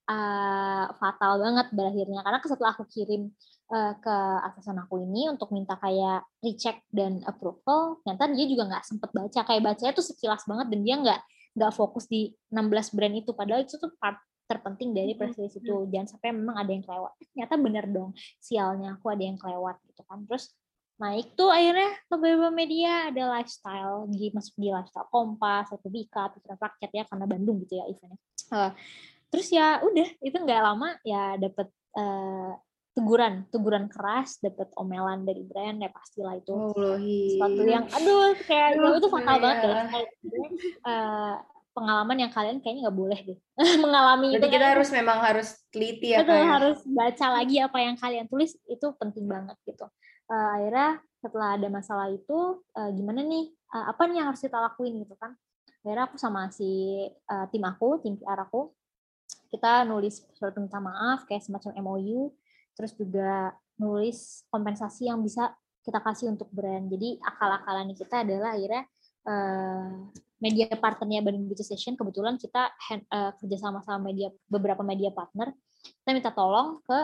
uh, fatal banget berakhirnya. Karena setelah aku kirim uh, ke atasan aku ini untuk minta kayak recheck dan approval, ternyata dia juga nggak sempet baca. Kayak bacanya tuh sekilas banget dan dia nggak nggak fokus di enam belas brand itu. Padahal itu tuh part terpenting dari press release itu. Jangan sampai memang ada yang kelewat. Ternyata bener dong, sialnya aku ada yang kelewat gitu kan. Terus naik tuh akhirnya ke beberapa media, ada lifestyle, di, masuk di lifestyle Kompas, satu Bika, Pikiran Rakyat ya, karena Bandung gitu ya eventnya. Uh, terus ya udah, itu nggak lama ya dapet uh, teguran, teguran keras, dapet omelan dari brand, ya pastilah itu. Oh, lohi. Sesuatu yang, aduh, kayak Aduh, itu fatal ya. banget guys. Kayak, uh, pengalaman yang kalian kayaknya nggak boleh deh mengalami. Berarti itu kita kan, harus memang harus teliti ya, betul, kayak harus baca lagi apa yang kalian tulis, itu penting banget gitu. Uh, akhirnya setelah ada masalah itu, uh, gimana nih, uh, apa nih yang harus kita lakuin gitu kan. Akhirnya aku sama si uh, tim aku, tim P R aku, kita nulis surat minta maaf kayak semacam M O U, terus juga nulis kompensasi yang bisa kita kasih untuk brand. Jadi akal-akalan kita adalah akhirnya uh, media partnernya Bandung Beauty Station, kebetulan kita hand, uh, kerja sama sama media, beberapa media partner, kita minta tolong ke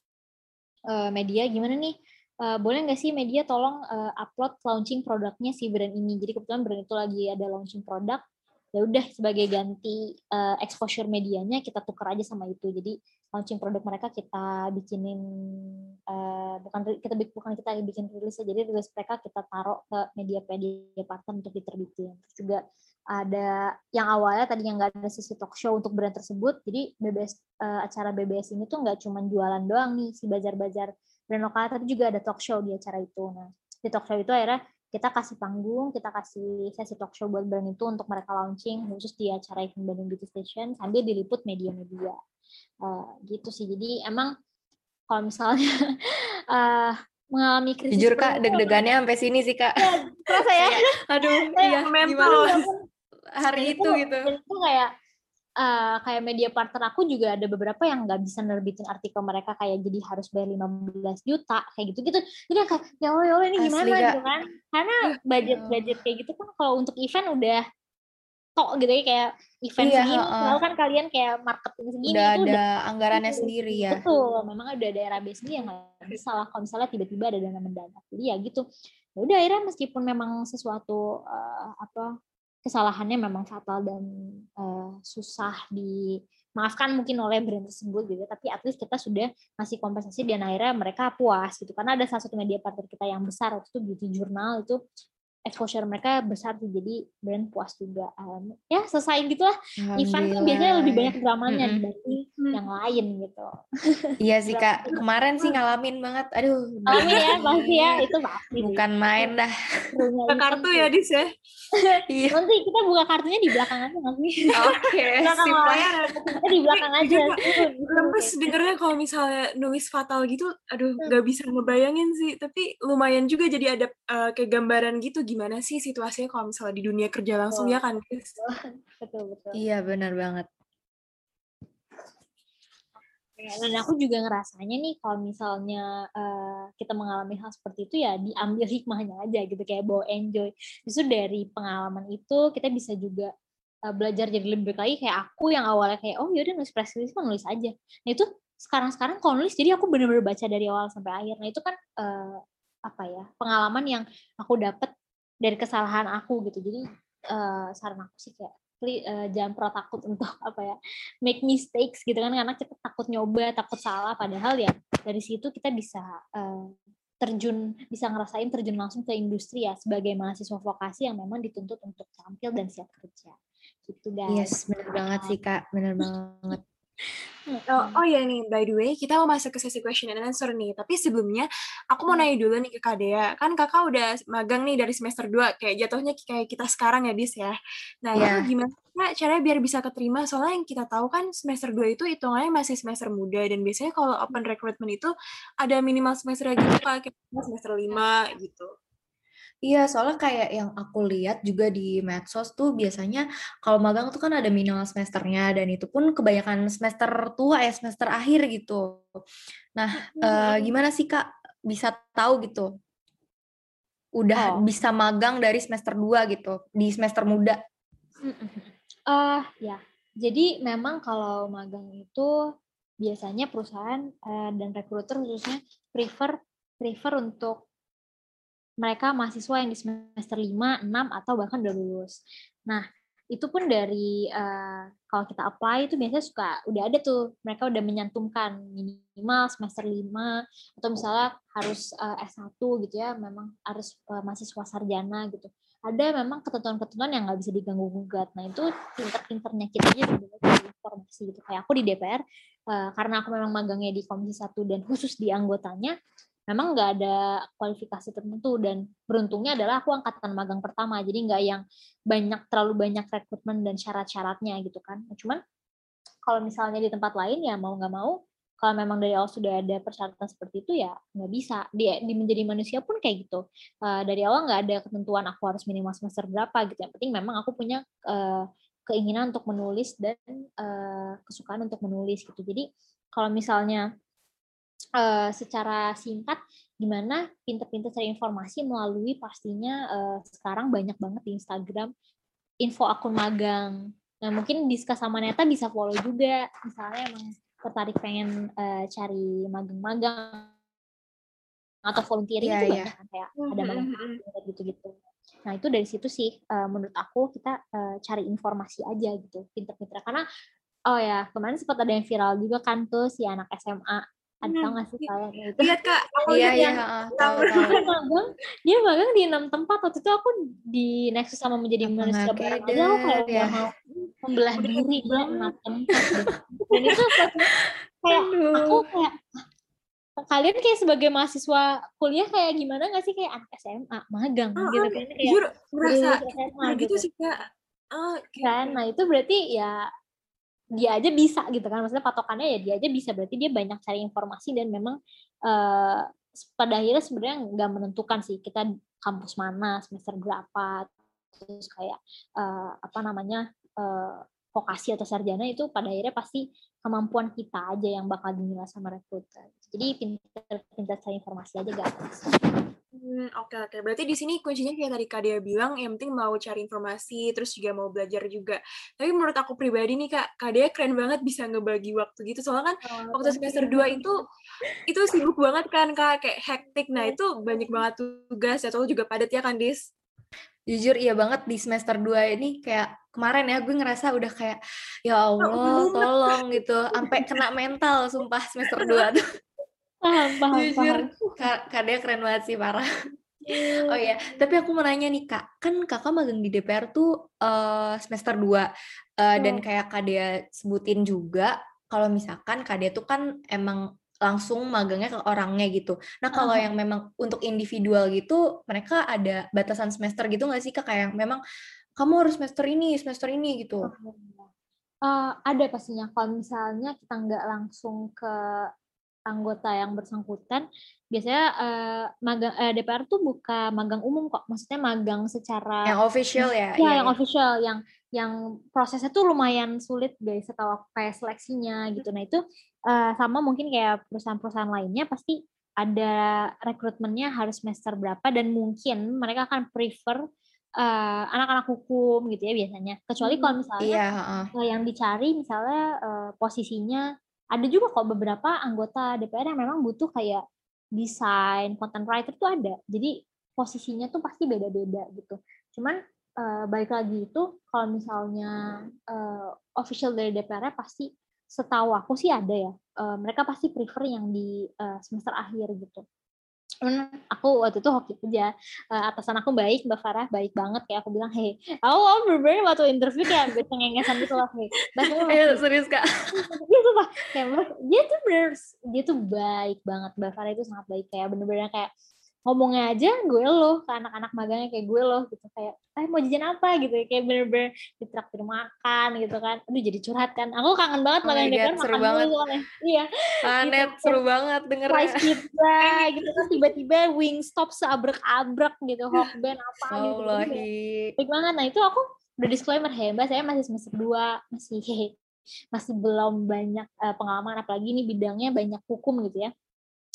uh, media, gimana nih, uh, boleh nggak sih media tolong uh, upload launching produknya si brand ini. Jadi kebetulan brand itu lagi ada launching produk, ya udah sebagai ganti uh, exposure medianya kita tukar aja sama itu. Jadi launching produk mereka kita bikinin uh, bukan kita bukan kita bikin rilis, jadi rilis mereka kita taruh ke media-media partner untuk diterbitin. Terus juga ada yang awalnya tadi yang nggak ada sesi talk show untuk brand tersebut, jadi B B S uh, acara B B S ini tuh nggak cuma jualan doang nih si bazar-bazar brand lokal, tapi juga ada talk show di acara itu. Nah di talk show itu akhirnya kita kasih panggung, kita kasih sesi talk show buat brand itu untuk mereka launching khusus di acara event Bandung Beauty Station sambil diliput media-media. Uh, gitu sih. Jadi emang kalau misalnya uh, mengalami krisis, jujur Kak, deg-degannya sampai sini sih Kak. Ya, terasa ya. Aduh, iya gimana hari itu, itu gitu. Itu kayak uh, kayak media partner aku juga ada beberapa yang nggak bisa nerbitin artikel mereka, kayak jadi harus bayar lima belas juta kayak gitu-gitu. Jadi kayak ya Allah ya Allah ini gimana Asli, gitu kan? Karena budget-budget kayak gitu kan kalau untuk event udah tok gitu ya, kayak event iya, segini, uh, kalau kan kalian kayak marketing segini udah itu ada udah anggarannya sendiri ya. Betul, memang ada daerah B sendiri yang nggak bisa lah kalau misalnya tiba-tiba ada dana mendadak. Jadi ya gitu. Ya udah akhirnya meskipun memang sesuatu uh, apa kesalahannya memang fatal dan uh, susah dimaafkan mungkin oleh brand tersebut gitu, tapi at least kita sudah ngasih kompensasi dan akhirnya mereka puas gitu. Karena ada salah satu media partner kita yang besar itu Beauty Journal, itu exposure mereka besar sih, jadi brand puas juga. Um, ya selesai gitulah. Event tuh biasanya lebih banyak dramanya mm-hmm. dibanding mm-hmm. yang lain gitu. Iya sih Kak, kemarin sih ngalamin banget. Aduh, ngalamin ya pasti ya, itu pasti. Bukan sih. Main dah. Buka kartu ya Dis ya. Iya. Nanti kita buka kartunya di belakang aja nggak sih? Oke, sip lah. Kita di belakang aja. Lemes dengernya kalau misalnya nulis fatal gitu, aduh nggak bisa ngebayangin sih. Tapi lumayan juga jadi ada uh, kayak gambaran gitu gimana sih situasinya kalau misalnya di dunia kerja langsung, oh. ya kan? Betul betul. Iya benar banget. Ya, dan aku juga ngerasanya nih kalau misalnya uh, kita mengalami hal seperti itu ya diambil hikmahnya aja gitu, kayak bawa enjoy. Justru dari pengalaman itu kita bisa juga uh, belajar jadi lebih baik lagi. Kayak aku yang awalnya kayak oh yaudah nulis press release mah nulis aja. Nah itu sekarang-sekarang kalau nulis jadi aku benar-benar baca dari awal sampai akhir. Nah itu kan uh, apa ya pengalaman yang aku dapat dari kesalahan aku gitu. Jadi uh, saran aku sih kayak Uh, jangan pernah takut untuk apa ya make mistakes gitu kan, karena kita takut nyoba, takut salah, padahal ya dari situ kita bisa uh, terjun, bisa ngerasain terjun langsung ke industri ya sebagai mahasiswa vokasi yang memang dituntut untuk tampil dan siap kerja gitu guys. Yes, benar banget sih Kak, benar banget. Oh, oh ya nih, by the way, kita mau masuk ke sesi question and answer nih. Tapi sebelumnya, aku mau nanya dulu nih ke Kak Dea. Kan kakak udah magang nih dari semester dua, kayak jatuhnya kayak kita sekarang ya, Dis ya. Nah, yeah. itu gimana caranya biar bisa keterima? Soalnya yang kita tahu kan semester dua itu hitungannya masih semester muda, dan biasanya kalau open recruitment itu ada minimal semester gitu, kayak semester lima gitu. Iya, soalnya kayak yang aku lihat juga di medsos tuh biasanya kalau magang tuh kan ada minimal semesternya, dan itu pun kebanyakan semester tua ya, semester akhir gitu. Nah, hmm. uh, gimana sih Kak bisa tahu gitu? udah Oh. bisa magang dari semester dua gitu, di semester muda? Uh, ya, jadi memang kalau magang itu biasanya perusahaan uh, dan rekruter khususnya prefer prefer untuk mereka mahasiswa yang di semester lima, enam, atau bahkan udah lulus. Nah, itu pun dari uh, kalau kita apply itu biasanya suka udah ada tuh, mereka udah menyantumkan minimal semester lima atau misalnya harus uh, S satu gitu ya, memang harus uh, mahasiswa sarjana gitu. Ada memang ketentuan-ketentuan yang nggak bisa diganggu-gugat. Nah, itu pinter-pinternya kita aja sebenarnya informasi gitu. Kayak aku di D P R, uh, karena aku memang magangnya di Komisi satu dan khusus di anggotanya, memang nggak ada kualifikasi tertentu, dan beruntungnya adalah aku angkatan magang pertama, jadi nggak yang banyak terlalu banyak rekrutmen dan syarat-syaratnya gitu kan. Cuman kalau misalnya di tempat lain ya mau nggak mau, kalau memang dari awal sudah ada persyaratan seperti itu ya nggak bisa. Di, di menjadi manusia pun kayak gitu. Uh, dari awal nggak ada ketentuan aku harus minimal semester berapa gitu. Yang penting memang aku punya uh, keinginan untuk menulis dan uh, kesukaan untuk menulis gitu. Jadi kalau misalnya Uh, secara singkat, gimana pinter-pinter cari informasi melalui pastinya uh, sekarang banyak banget di Instagram info akun magang. Nah mungkin Diska sama Neta bisa follow juga, misalnya emang tertarik pengen uh, cari magang-magang atau volunteering yeah, itu yeah. banyak kan, kayak ada magang gitu-gitu. Nah itu dari situ sih uh, menurut aku kita uh, cari informasi aja gitu, pinter-pinter. Karena oh ya kemarin sempat ada yang viral juga kan tuh si anak S M A. Ada hmm. tau gak sih kalian itu? Lihat Kak, aku iya, lihat iya, yang tahu, tahu. Dia magang, dia magang di enam tempat. Waktu itu aku di Nexus sama menjadi Apa manusia bareng aja, aku kayak ya. udah mau membelah diri dia enam tempat deh. Dan itu kayak Aduh. aku kayak kalian kayak sebagai mahasiswa kuliah kayak gimana nggak sih, kayak anak S M A magang oh, gitu kan kayak jujur merasa S M A gitu gitu sih Kak. Oh, okay. Kan, nah itu berarti ya dia aja bisa gitu kan, maksudnya patokannya ya dia aja bisa, berarti dia banyak cari informasi dan memang uh, pada akhirnya sebenarnya nggak menentukan sih kita kampus mana, semester berapa, terus kayak uh, apa namanya uh, vokasi atau sarjana, itu pada akhirnya pasti kemampuan kita aja yang bakal dinilai sama rekruter. Jadi pintar-pintar cari informasi aja guys. Hmm, oke okay, oke. Okay. Berarti di sini kuncinya kayak tadi Kak Dea bilang, yang penting mau cari informasi, terus juga mau belajar juga. Tapi menurut aku pribadi nih Kak, Kak Dea keren banget bisa ngebagi waktu gitu. Soalnya kan oh, waktu semester dua itu itu sibuk banget kan Kak, kayak hektik. Nah itu banyak banget tugas, ya juga padat ya kan Dis? Jujur iya banget di semester dua ini, kayak kemarin ya gue ngerasa udah kayak ya Allah oh, tolong gitu, sampai kena mental sumpah semester dua tuh. Paham, paham, jujur paham. Kak Dea keren banget sih, parah. Oh iya, tapi aku mau nanya nih Kak, kan Kakak magang di D P R tuh uh, semester dua, uh, dan kayak Kak Dea sebutin juga kalau misalkan Kak Dea tuh kan emang langsung magangnya ke orangnya gitu. Nah kalau uh-huh. yang memang untuk individual gitu, mereka ada batasan semester gitu nggak sih Kak, kayak yang memang kamu harus semester ini, semester ini gitu? Uh, ada pastinya. Kalau misalnya kita nggak langsung ke anggota yang bersangkutan, biasanya uh, magang uh, D P R tuh buka magang umum kok. Maksudnya magang secara yang official ya? Ya, iya, yang iya. official, yang yang prosesnya tuh lumayan sulit guys, setahu aku, kayak seleksinya gitu. Nah itu uh, sama mungkin kayak perusahaan-perusahaan lainnya, pasti ada rekrutmennya harus semester berapa, dan mungkin mereka akan prefer uh, anak-anak hukum gitu ya biasanya. Kecuali kalau misalnya iya, uh. yang dicari misalnya uh, posisinya, ada juga kok beberapa anggota D P R yang memang butuh kayak desain, content writer tuh ada. Jadi posisinya tuh pasti beda-beda gitu. Cuman uh, balik lagi itu kalau misalnya uh, official dari D P R pasti setahu aku sih ada ya. Uh, mereka pasti prefer yang di uh, semester akhir gitu. Hmm, aku waktu itu hoki aja, uh, atasan aku baik, Mbak Farah baik banget, kayak aku bilang, hei, aku aku bener-bener waktu interview kayak cengengesan gitu loh, hei, Ayo serius Kak. Dia tuh pak, kayak dia tuh bener, dia tuh baik banget, Mbak Farah itu sangat baik, kayak bener-bener kayak ngomongnya aja gue loh ke anak-anak magangnya, kayak gue loh gitu, kayak eh mau jajan apa gitu, kayak bener-bener ditraktir makan gitu kan. Aduh jadi curhat kan, aku kangen banget oh magang D P R, makan banget soalnya. Iya Anet gitu. Seru banget dengernya. Slice pizza gitu kan, tiba-tiba Wingstop seabrek-abrek gitu, Hokben apa gitu, baik banget. Nah itu aku udah disclaimer, hey mbak saya masih semester dua, masih masih belum banyak uh, pengalaman, apalagi ini bidangnya banyak hukum gitu ya.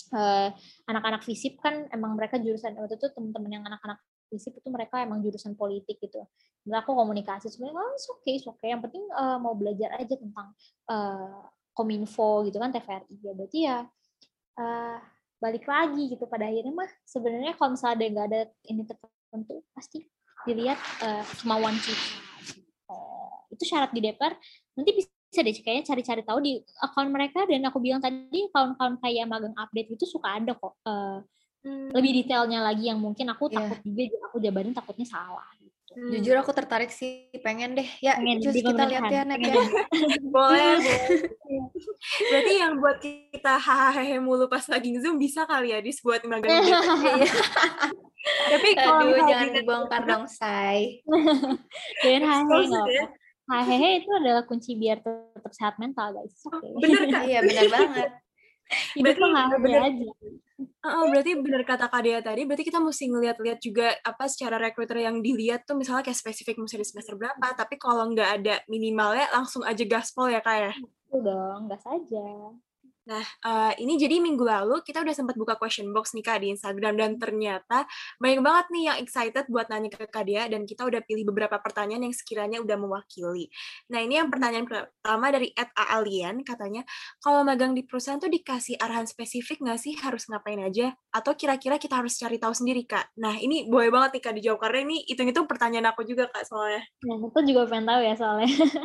uh, anak-anak FISIP kan emang mereka jurusan waktu itu teman-teman yang anak-anak FISIP itu mereka emang jurusan politik gitu. Dan aku komunikasi sebenarnya, oh, it's okay, it's okay. Yang penting uh, mau belajar aja tentang uh, Kominfo gitu kan, T V R I. Ya berarti ya uh, balik lagi gitu pada akhirnya mah sebenarnya kalau misalnya ada nggak ada ini tertentu pasti dilihat uh, kemauan kita. Oh, itu syarat di D P R nanti bisa deh kayaknya cari-cari tahu di akun mereka, dan aku bilang tadi kawan-kawan kayak magang update itu suka ada kok uh, hmm. lebih detailnya lagi yang mungkin aku yeah. takut juga aku jabarin takutnya salah gitu. Hmm. Jujur aku tertarik sih, pengen deh ya pengen terus kita lihat ya Net ya. Boleh, boleh. Berarti yang buat kita hahaha mulu pas lagi Zoom bisa kali ya Dis buat magang D P R. Tapi kalau jangan dibongkar dong, Say. Jangan hahaha nggak apa. Hahaha itu adalah kunci biar tetap sehat mental, guys. Okay. Bener kan? Iya, benar banget. Itu tuh hahaha aja. Uh, berarti bener kata Kak Dea tadi, berarti kita mesti ngeliat-liat juga apa secara recruiter yang dilihat tuh misalnya kayak spesifik misalnya di semester berapa, tapi kalau nggak ada minimalnya langsung aja gaspol ya Kak ya? Betul dong, gas aja. Nah, uh, ini jadi minggu lalu kita udah sempat buka question box nih Kak di Instagram, dan ternyata banyak banget nih yang excited buat nanya ke Kak Dea, dan kita udah pilih beberapa pertanyaan yang sekiranya udah mewakili. Nah, ini yang pertanyaan pertama dari at Aalian, katanya, kalau magang di perusahaan tuh dikasih arahan spesifik nggak sih harus ngapain aja? Atau kira-kira kita harus cari tahu sendiri Kak? Nah, ini boleh banget nih Kak dijawab, karena ini hitung-hitung pertanyaan aku juga Kak soalnya. Nah, aku juga pengen tahu ya soalnya.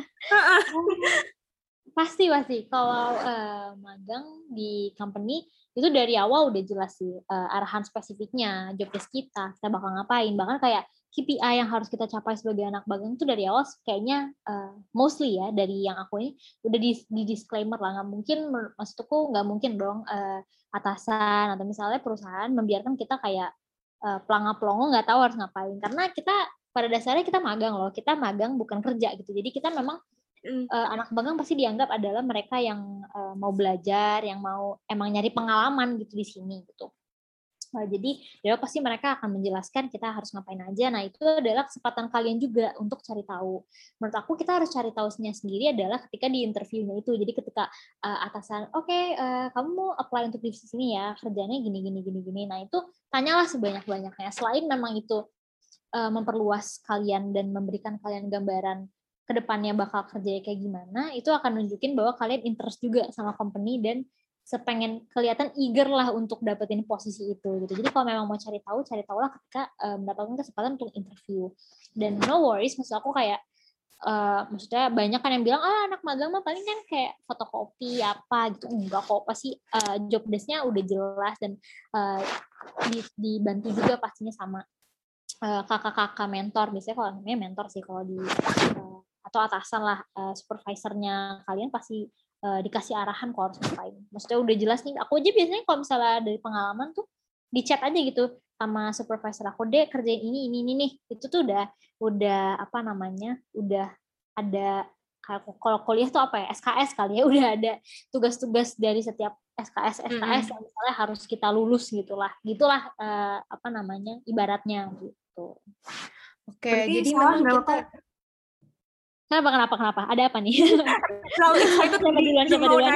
Pasti pasti kalau uh, magang di company itu dari awal udah jelas sih uh, arahan spesifiknya, job desk kita, kita bakal ngapain, bahkan kayak K P I yang harus kita capai sebagai anak magang itu dari awal kayaknya uh, mostly ya dari yang aku ini udah di, di disclaimer lah, nggak mungkin maksudku nggak mungkin dong uh, atasan atau misalnya perusahaan membiarkan kita kayak uh, pelanga-pelongo nggak tahu harus ngapain, karena kita pada dasarnya kita magang loh, kita magang bukan kerja gitu, jadi kita memang Uh, anak magang pasti dianggap adalah mereka yang uh, mau belajar, yang mau emang nyari pengalaman gitu di sini gitu. Uh, jadi ya pasti mereka akan menjelaskan kita harus ngapain aja. Nah itu adalah kesempatan kalian juga untuk cari tahu. Menurut aku kita harus cari tahunya sendiri adalah ketika di interviewnya itu. Jadi ketika uh, atasan, oke okay, uh, kamu mau apply untuk divisi sini ya, kerjanya gini gini gini gini. Nah itu tanyalah sebanyak-banyaknya. Selain memang itu uh, memperluas kalian dan memberikan kalian gambaran kedepannya bakal kerja kayak gimana, itu akan nunjukin bahwa kalian interest juga sama company dan sepengen kelihatan eager lah untuk dapetin posisi itu gitu. Jadi kalau memang mau cari tahu, cari tahu lah ketika uh, mendapatkan kesempatan untuk interview. Dan no worries, maksud aku kayak uh, maksudnya banyak kan yang bilang ah anak magang mah paling kan kayak fotokopi apa gitu. Enggak kok, pasti uh, job desk-nya udah jelas dan uh, dibantu juga pastinya sama uh, kakak-kakak mentor. Biasanya kalau namanya mentor sih kalau di uh, atau atasan lah, uh, supervisornya kalian pasti uh, dikasih arahan kalau harus ngapain. Maksudnya udah jelas nih, aku aja biasanya kalau misalnya dari pengalaman tuh di chat aja gitu sama supervisor aku, deh kerjain ini ini ini nih, itu tuh udah udah apa namanya udah ada kalau kuliah tuh apa ya S K S kali ya, udah ada tugas-tugas dari setiap S K S S K S mm-hmm. yang misalnya harus kita lulus gitulah gitulah uh, apa namanya ibaratnya gitu. Oke, okay, jadi memang kita Kenapa, kenapa, kenapa? Ada apa nih? Selalu excited siapa duluan, siapa duluan?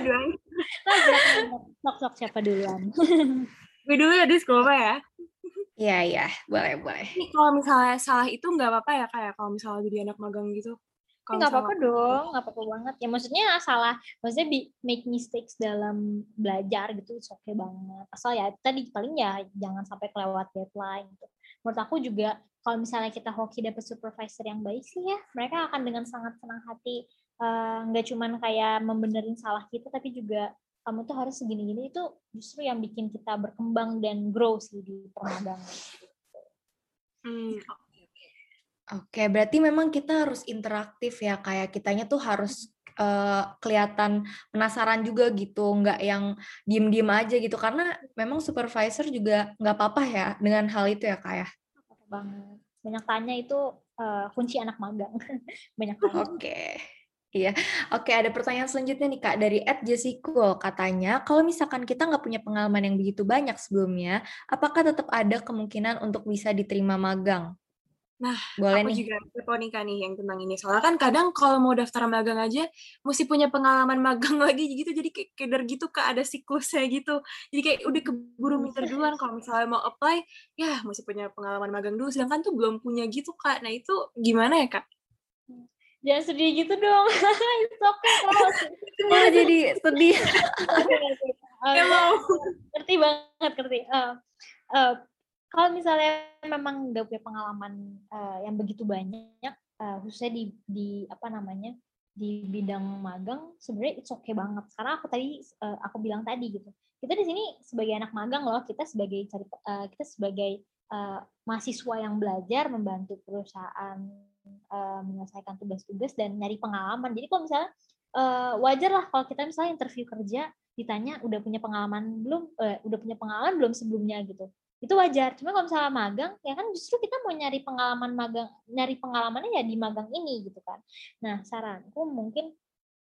Sok, sok, siapa duluan? Gue dulu ya, Dis, gak apa ya? Iya, iya, boleh, boleh. Ini kalau misalnya salah itu nggak apa-apa ya, kayak kalau misalnya jadi anak magang gitu? Nggak apa-apa dong, nggak apa-apa banget. Ya maksudnya salah, maksudnya make mistakes dalam belajar gitu, oke okay banget. Asal ya tadi paling ya jangan sampai kelewat deadline gitu. Menurut aku juga kalau misalnya kita hoki dapat supervisor yang baik sih ya, mereka akan dengan sangat senang hati nggak uh, cuman kayak membenerin salah kita, tapi juga kamu tuh harus segini-gini, itu justru yang bikin kita berkembang dan grow sih di permagangan. Hmm. Oke, berarti memang kita harus interaktif ya, kayak kitanya tuh harus uh, kelihatan penasaran juga gitu, nggak yang diem-diem aja gitu, karena memang supervisor juga nggak apa-apa ya dengan hal itu ya Kak ya. Banget. Banyak tanya itu uh, kunci anak magang. Banyak tanya. Oke. Iya. Oke, ada pertanyaan selanjutnya nih Kak dari at Jessica, katanya kalau misalkan kita nggak punya pengalaman yang begitu banyak sebelumnya, apakah tetap ada kemungkinan untuk bisa diterima magang? Nah, Boleh aku nih. juga kepo nih Kak nih yang tentang ini. Soalnya kan kadang kalau mau daftar magang aja mesti punya pengalaman magang lagi gitu. Jadi kayak keder gitu Kak, ada siklusnya gitu. Jadi kayak udah keburu minder duluan kalau misalnya mau apply, ya mesti punya pengalaman magang dulu. Sedangkan tuh belum punya gitu Kak. Nah itu gimana ya Kak? Jangan sedih gitu dong. It's okay kok. Oh, jadi sedih. Uh, Ya mau. ngerti banget, ngerti. Uh, uh, kalau misalnya memang nggak punya pengalaman uh, yang begitu banyak, uh, khususnya di di apa namanya di bidang magang, sebenarnya it's okay banget. Karena aku tadi uh, aku bilang tadi gitu, kita di sini sebagai anak magang loh, kita sebagai cari uh, kita sebagai uh, mahasiswa yang belajar membantu perusahaan uh, menyelesaikan tugas-tugas dan nyari pengalaman. Jadi kalau misalnya uh, wajar lah kalau kita misalnya interview kerja ditanya udah punya pengalaman belum, uh, udah punya pengalaman belum sebelumnya gitu. Itu wajar. Cuma kalau misalnya magang, ya kan justru kita mau nyari pengalaman magang, nyari pengalamannya ya di magang ini gitu kan. Nah, saranku mungkin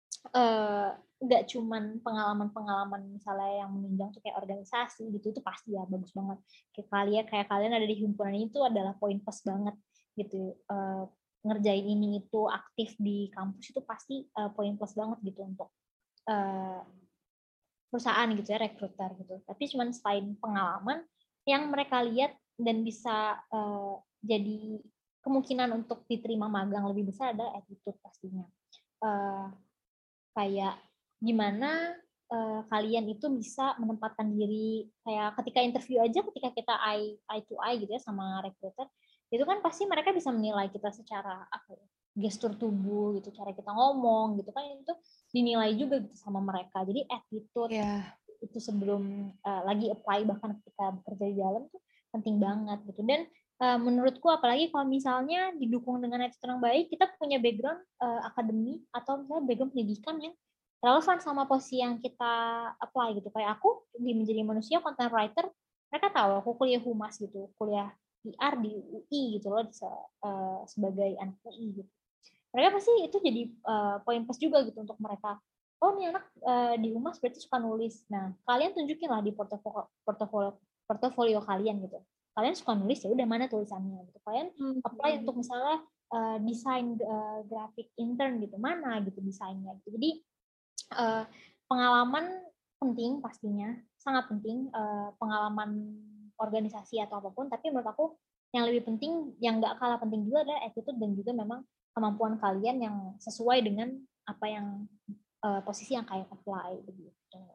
nggak uh, cuman pengalaman-pengalaman misalnya yang menunjang tuh kayak organisasi gitu, itu pasti ya bagus banget. Kayak kalian kayak kalian ada di himpunan itu adalah poin plus banget gitu. Uh, ngerjain ini itu aktif di kampus itu pasti uh, poin plus banget gitu untuk uh, perusahaan gitu ya, rekruter gitu. Tapi cuman selain pengalaman yang mereka lihat dan bisa uh, jadi kemungkinan untuk diterima magang lebih besar adalah attitude pastinya. Uh, kayak gimana uh, kalian itu bisa menempatkan diri kayak ketika interview aja, ketika kita eye, eye to eye gitu ya sama recruiter, itu kan pasti mereka bisa menilai kita secara apa ya, gestur tubuh gitu, cara kita ngomong gitu kan, itu dinilai juga gitu sama mereka. Jadi attitude yeah. itu sebelum uh, lagi apply bahkan ketika bekerja di dalam tuh penting banget gitu. Dan uh, menurutku apalagi kalau misalnya didukung dengan attitude yang baik, kita punya background uh, akademi atau misalnya background pendidikan yang relevan sama posisi yang kita apply gitu. Kayak aku di menjadi manusia content writer, mereka tahu aku kuliah humas gitu, kuliah P R di U I gitu loh, uh, sebagai anak U I gitu. Mereka pasti itu jadi uh, poin plus juga gitu untuk mereka. Oh, ini anak uh, di humas berarti suka nulis. Nah, kalian tunjukin lah di portofolio portofolio portofolio kalian gitu. Kalian suka nulis, ya udah mana tulisannya gitu. Kalian apply hmm. untuk misalnya uh, desain uh, grafik intern gitu, mana gitu desainnya gitu. Jadi uh, pengalaman penting pastinya, sangat penting, uh, pengalaman organisasi atau apapun, tapi menurut aku yang lebih penting, yang nggak kalah penting juga adalah attitude dan juga memang kemampuan kalian yang sesuai dengan apa yang uh, posisi yang kalian apply begitu.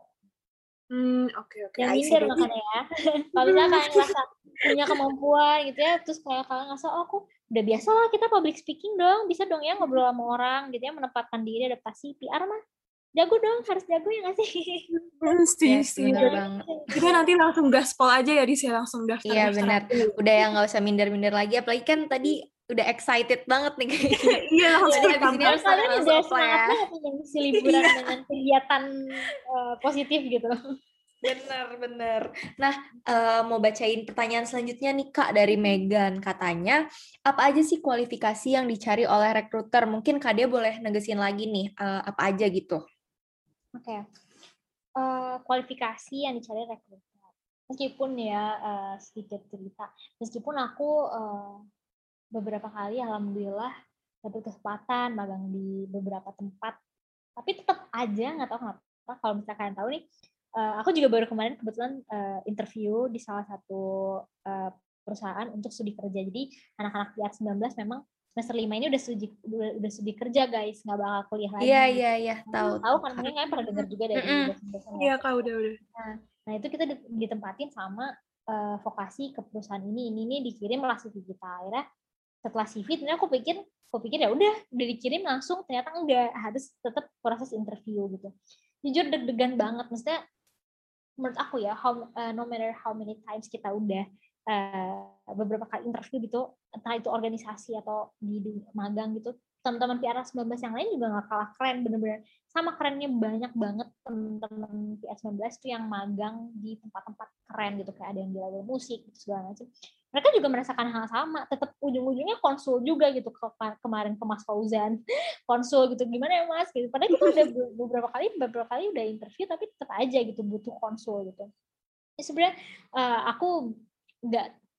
Hmm, oke okay, oke. Okay. Yang minder makanya ya. Kalau misalnya kalian ngerasa punya kemampuan gitu ya, terus kayak kalian ngerasa, oh aku udah biasa lah kita public speaking dong, bisa dong ya ngobrol sama orang gitu ya, menempatkan diri, adaptasi, P R mah jago dong, harus jago ya nggak sih? Mesti, yes, bener banget. Kita nanti langsung gaspol aja ya, di sini langsung daftar. Iya benar. Udah ya nggak usah minder-minder lagi, apalagi kan tadi udah excited banget nih kayaknya. Iya langsung. Jadi abis ini harus kalian udah semangat ya. banget nih mengisi liburan dengan kegiatan uh, positif gitu. Bener, bener. Nah, uh, mau bacain pertanyaan selanjutnya nih Kak dari Megan. Katanya, apa aja sih kualifikasi yang dicari oleh rekruter? Mungkin Kak dia boleh negesin lagi nih, uh, apa aja gitu. Oke, okay. uh, kualifikasi yang dicari rekruter. Meskipun ya uh, sedikit cerita, meskipun aku uh, beberapa kali alhamdulillah dapat kesempatan magang di beberapa tempat, tapi tetap aja nggak tahu kenapa. Kalau misalkan kalian tahu nih, uh, aku juga baru kemarin kebetulan uh, interview di salah satu uh, perusahaan untuk studi kerja. Jadi anak-anak P R sembilan belas memang semester lima ini udah studi udah, udah studi kerja guys, nggak bakal kuliah lagi. Iya iya iya, tahu. Tahu kan, mungkin kalian pernah dengar juga dari dosen-dosen. Iya kak, udah udah. Nah, nah itu kita ditempatin sama uh, vokasi ke perusahaan ini, ini ini dikirim lah C V kita. Akhirnya setelah C V, ternyata aku pikir, aku pikir ya udah udah dikirim langsung, ternyata enggak, harus tetap proses interview gitu. Jujur deg-degan banget, maksudnya menurut aku ya, how, uh, no matter how many times kita udah uh, beberapa kali interview gitu, entah itu organisasi atau di, di magang gitu, teman-teman P R sembilan belas yang lain juga nggak kalah keren, bener-bener sama kerennya banyak banget teman-teman P R sembilan belas tuh yang magang di tempat-tempat keren gitu, kayak ada yang di label musik gitu, segala macam. Mereka juga merasakan hal sama, tetap ujung-ujungnya konsul juga gitu, ke, kemarin ke Mas Fauzan, konsul gitu, gimana ya Mas gitu. Padahal kita udah beberapa kali beberapa kali udah interview, tapi tetap aja gitu butuh konsul gitu. Jadi sebenarnya uh, aku nggak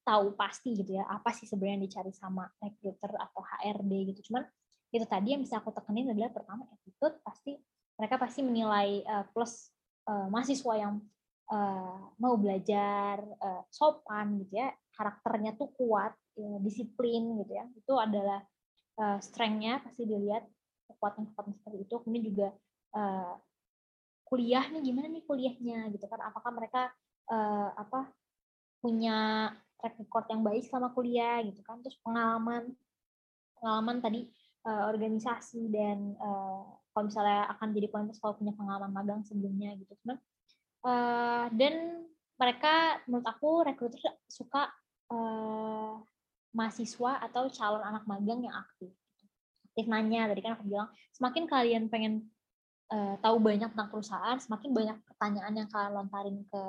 tahu pasti gitu ya apa sih sebenarnya yang dicari sama recruiter atau H R D gitu. Cuman itu tadi yang bisa aku tekenin adalah pertama attitude, pasti mereka pasti menilai uh, plus uh, mahasiswa yang uh, mau belajar, uh, sopan gitu ya, karakternya tuh kuat, ya, disiplin gitu ya. Itu adalah uh, strength-nya pasti dilihat, kekuatan-kekuatan seperti itu. Kemudian juga uh, kuliah nih gimana nih kuliahnya gitu kan, apakah mereka uh, apa punya track record yang baik selama kuliah gitu kan, terus pengalaman pengalaman tadi uh, organisasi dan uh, kalau misalnya akan jadi pointer kalau punya pengalaman magang sebelumnya gitu. Cuman uh, dan mereka menurut aku recruiter suka uh, mahasiswa atau calon anak magang yang aktif aktif nanya. Tadi kan aku bilang semakin kalian pengen uh, tahu banyak tentang perusahaan, semakin banyak pertanyaan yang kalian lontarin ke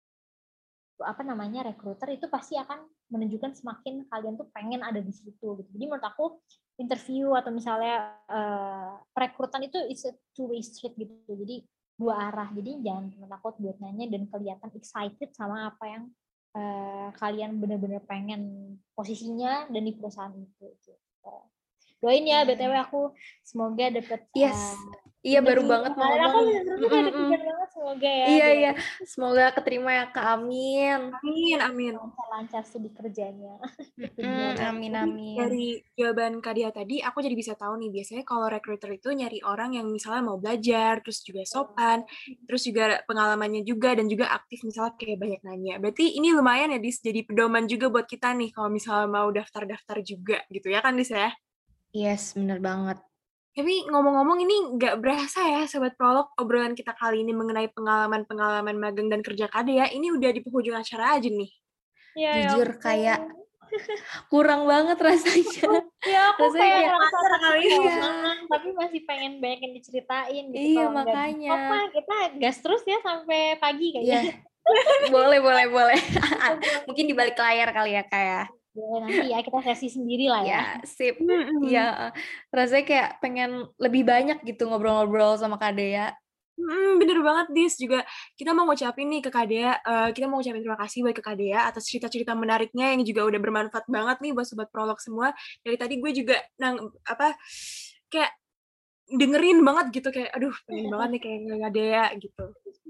apa namanya recruiter, itu pasti akan menunjukkan semakin kalian tuh pengen ada di situ gitu. Jadi menurut aku interview atau misalnya uh, perekrutan itu is a two way street gitu. Jadi dua arah. Jadi jangan takut buat nanya dan kelihatan excited sama apa yang uh, kalian benar-benar pengen posisinya dan di perusahaan itu gitu. Doain ya, B T W aku semoga dapet yes. uh, Iya baru banget mau ngomong. Aku bener-bener banget semoga ya. Iya iya, semoga keterima ya Kak, amin. Amin amin. Lancar-lancar studi kerjanya. Mm, amin amin. Dari jawaban Kak Dia tadi, aku jadi bisa tahu nih biasanya kalau recruiter itu nyari orang yang misalnya mau belajar, terus juga sopan, terus juga pengalamannya juga dan juga aktif misalnya kayak banyak nanya. Berarti ini lumayan ya Dis, jadi pedoman juga buat kita nih kalau misalnya mau daftar-daftar juga gitu ya kan Dis ya? Yes, bener banget. Tapi ngomong-ngomong ini nggak berasa ya Sobat Prolog, obrolan kita kali ini mengenai pengalaman-pengalaman magang dan kerja K D ya, ini udah di penghujung acara aja nih. Ya, jujur ya, kayak kurang banget rasanya. Ya aku rasanya kayak ngerasa kali ya. Tapi masih pengen banyak yang diceritain gitu. Iya kalau makanya. Apa kita gas terus ya sampai pagi kayaknya. Yeah. boleh boleh boleh. Mungkin di balik layar kali ya kayak. Ya, nanti ya kita sesi sendiri lah ya. Ya, sip. Iya, rasanya kayak pengen lebih banyak gitu ngobrol-ngobrol sama Kak Dea. Hmm, bener banget, Dis. Juga kita mau ngucapin nih ke Kak Dea, uh, kita mau ngucapin terima kasih buat ke Kak Dea atas cerita-cerita menariknya yang juga udah bermanfaat banget nih buat Sobat Prolog semua. Dari tadi gue juga nang apa kayak dengerin banget gitu, kayak aduh pengen banget nih kayak Kak Dea gitu.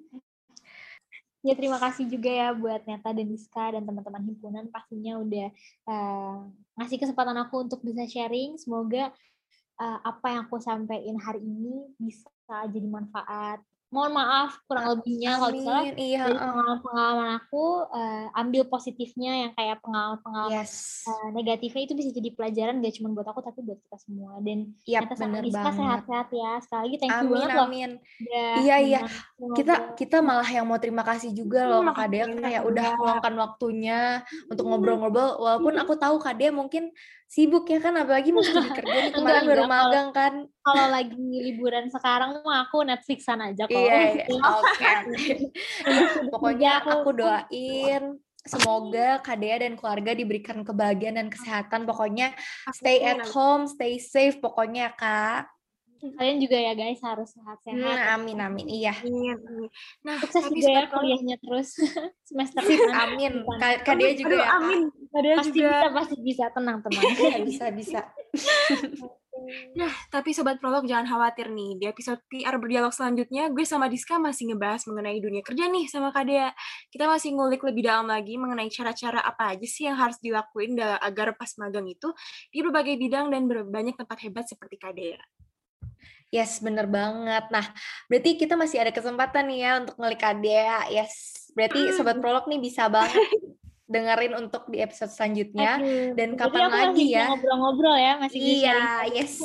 Ya terima kasih juga ya buat Neta dan Diska dan teman-teman himpunan pastinya udah uh, ngasih kesempatan aku untuk bisa sharing. Semoga uh, apa yang aku sampaikan hari ini bisa jadi manfaat. Mohon maaf kurang lebihnya kalau misalnya iya, dari pengalaman-pengalaman aku uh, ambil positifnya yang kayak pengalaman-pengalaman yes. uh, negatifnya itu bisa jadi pelajaran gak cuma buat aku tapi buat kita semua. Dan yep, Neta sama Diska sehat-sehat ya. Sekali lagi thank you amin, banget amin. loh. Amin udah iya iya kita kita malah yang mau terima kasih juga loh hmm, Kak Dea kayak udah meluangkan waktunya hmm. untuk ngobrol-ngobrol walaupun aku tahu Kak Dea mungkin sibuk ya kan, apalagi mau studi kerja nih, kemarin enggak, baru enggak. magang kan. Kalau lagi liburan sekarang mah aku Netflixan aja kok. Iya, iya. Oke, oke. Pokoknya aku doain semoga Kak Dea dan keluarga diberikan kebahagiaan dan kesehatan. Pokoknya stay at home, stay safe pokoknya Kak. Kalian juga ya guys harus sehat-sehat. Hmm, amin amin iya. Nah, sukses juga ya kuliahnya terus semester depan. Amin. Kak Dea juga aduh, ya Kak. Amin. Pasti juga. bisa pasti bisa tenang-tenang. bisa bisa. Nah, tapi Sobat Prolog jangan khawatir nih. Di episode P R Berdialog selanjutnya, gue sama Diska masih ngebahas mengenai dunia kerja nih sama Kak Dea. Kita masih ngulik lebih dalam lagi mengenai cara-cara apa aja sih yang harus dilakuin agar pas magang itu di berbagai bidang dan banyak tempat hebat seperti Kak Dea. Yes, bener banget. Nah, berarti kita masih ada kesempatan nih ya untuk ngulik Kak Dea. Yes, berarti Sobat Prolog nih bisa banget dengerin untuk di episode selanjutnya. Aduh, dan kapan lagi ya ngobrol-ngobrol ya masih iya yes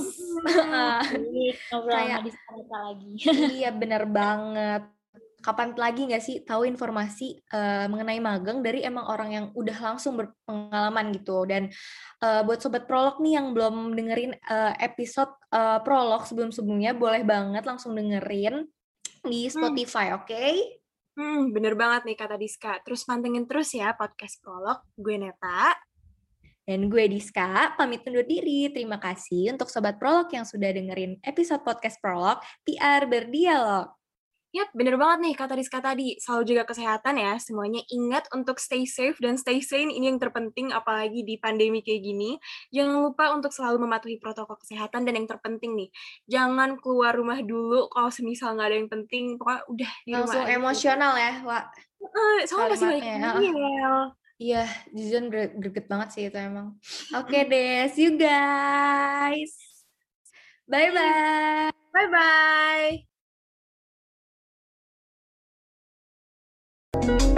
ngobrol kayak sama Diska lagi iya bener banget. Kapan lagi nggak sih tahu informasi uh, mengenai magang dari emang orang yang udah langsung berpengalaman gitu. Dan uh, buat Sobat Prolog nih yang belum dengerin uh, episode uh, Prolog sebelum-sebelumnya, boleh banget langsung dengerin di Spotify, hmm. oke? Okay? Hmm, bener banget nih kata Diska. Terus pantengin terus ya podcast Prolog. Gue Neta. Dan gue Diska, pamit undur diri. Terima kasih untuk Sobat Prolog yang sudah dengerin episode podcast Prolog, P R Berdialog. Yap, bener banget nih kata Rizka tadi. Selalu jaga kesehatan ya. Semuanya ingat untuk stay safe dan stay sane. Ini yang terpenting apalagi di pandemi kayak gini. Jangan lupa untuk selalu mematuhi protokol kesehatan dan yang terpenting nih, jangan keluar rumah dulu kalau semisal nggak ada yang penting. Pokoknya udah di rumah Langsung aja. emosional ya, Wak. Eh, soalnya masih banyak Kalimatnya, yang ah. ngeyel. Iya, jujur gre- greget banget sih itu emang. Oke deh, see you guys. Bye-bye. Bye-bye.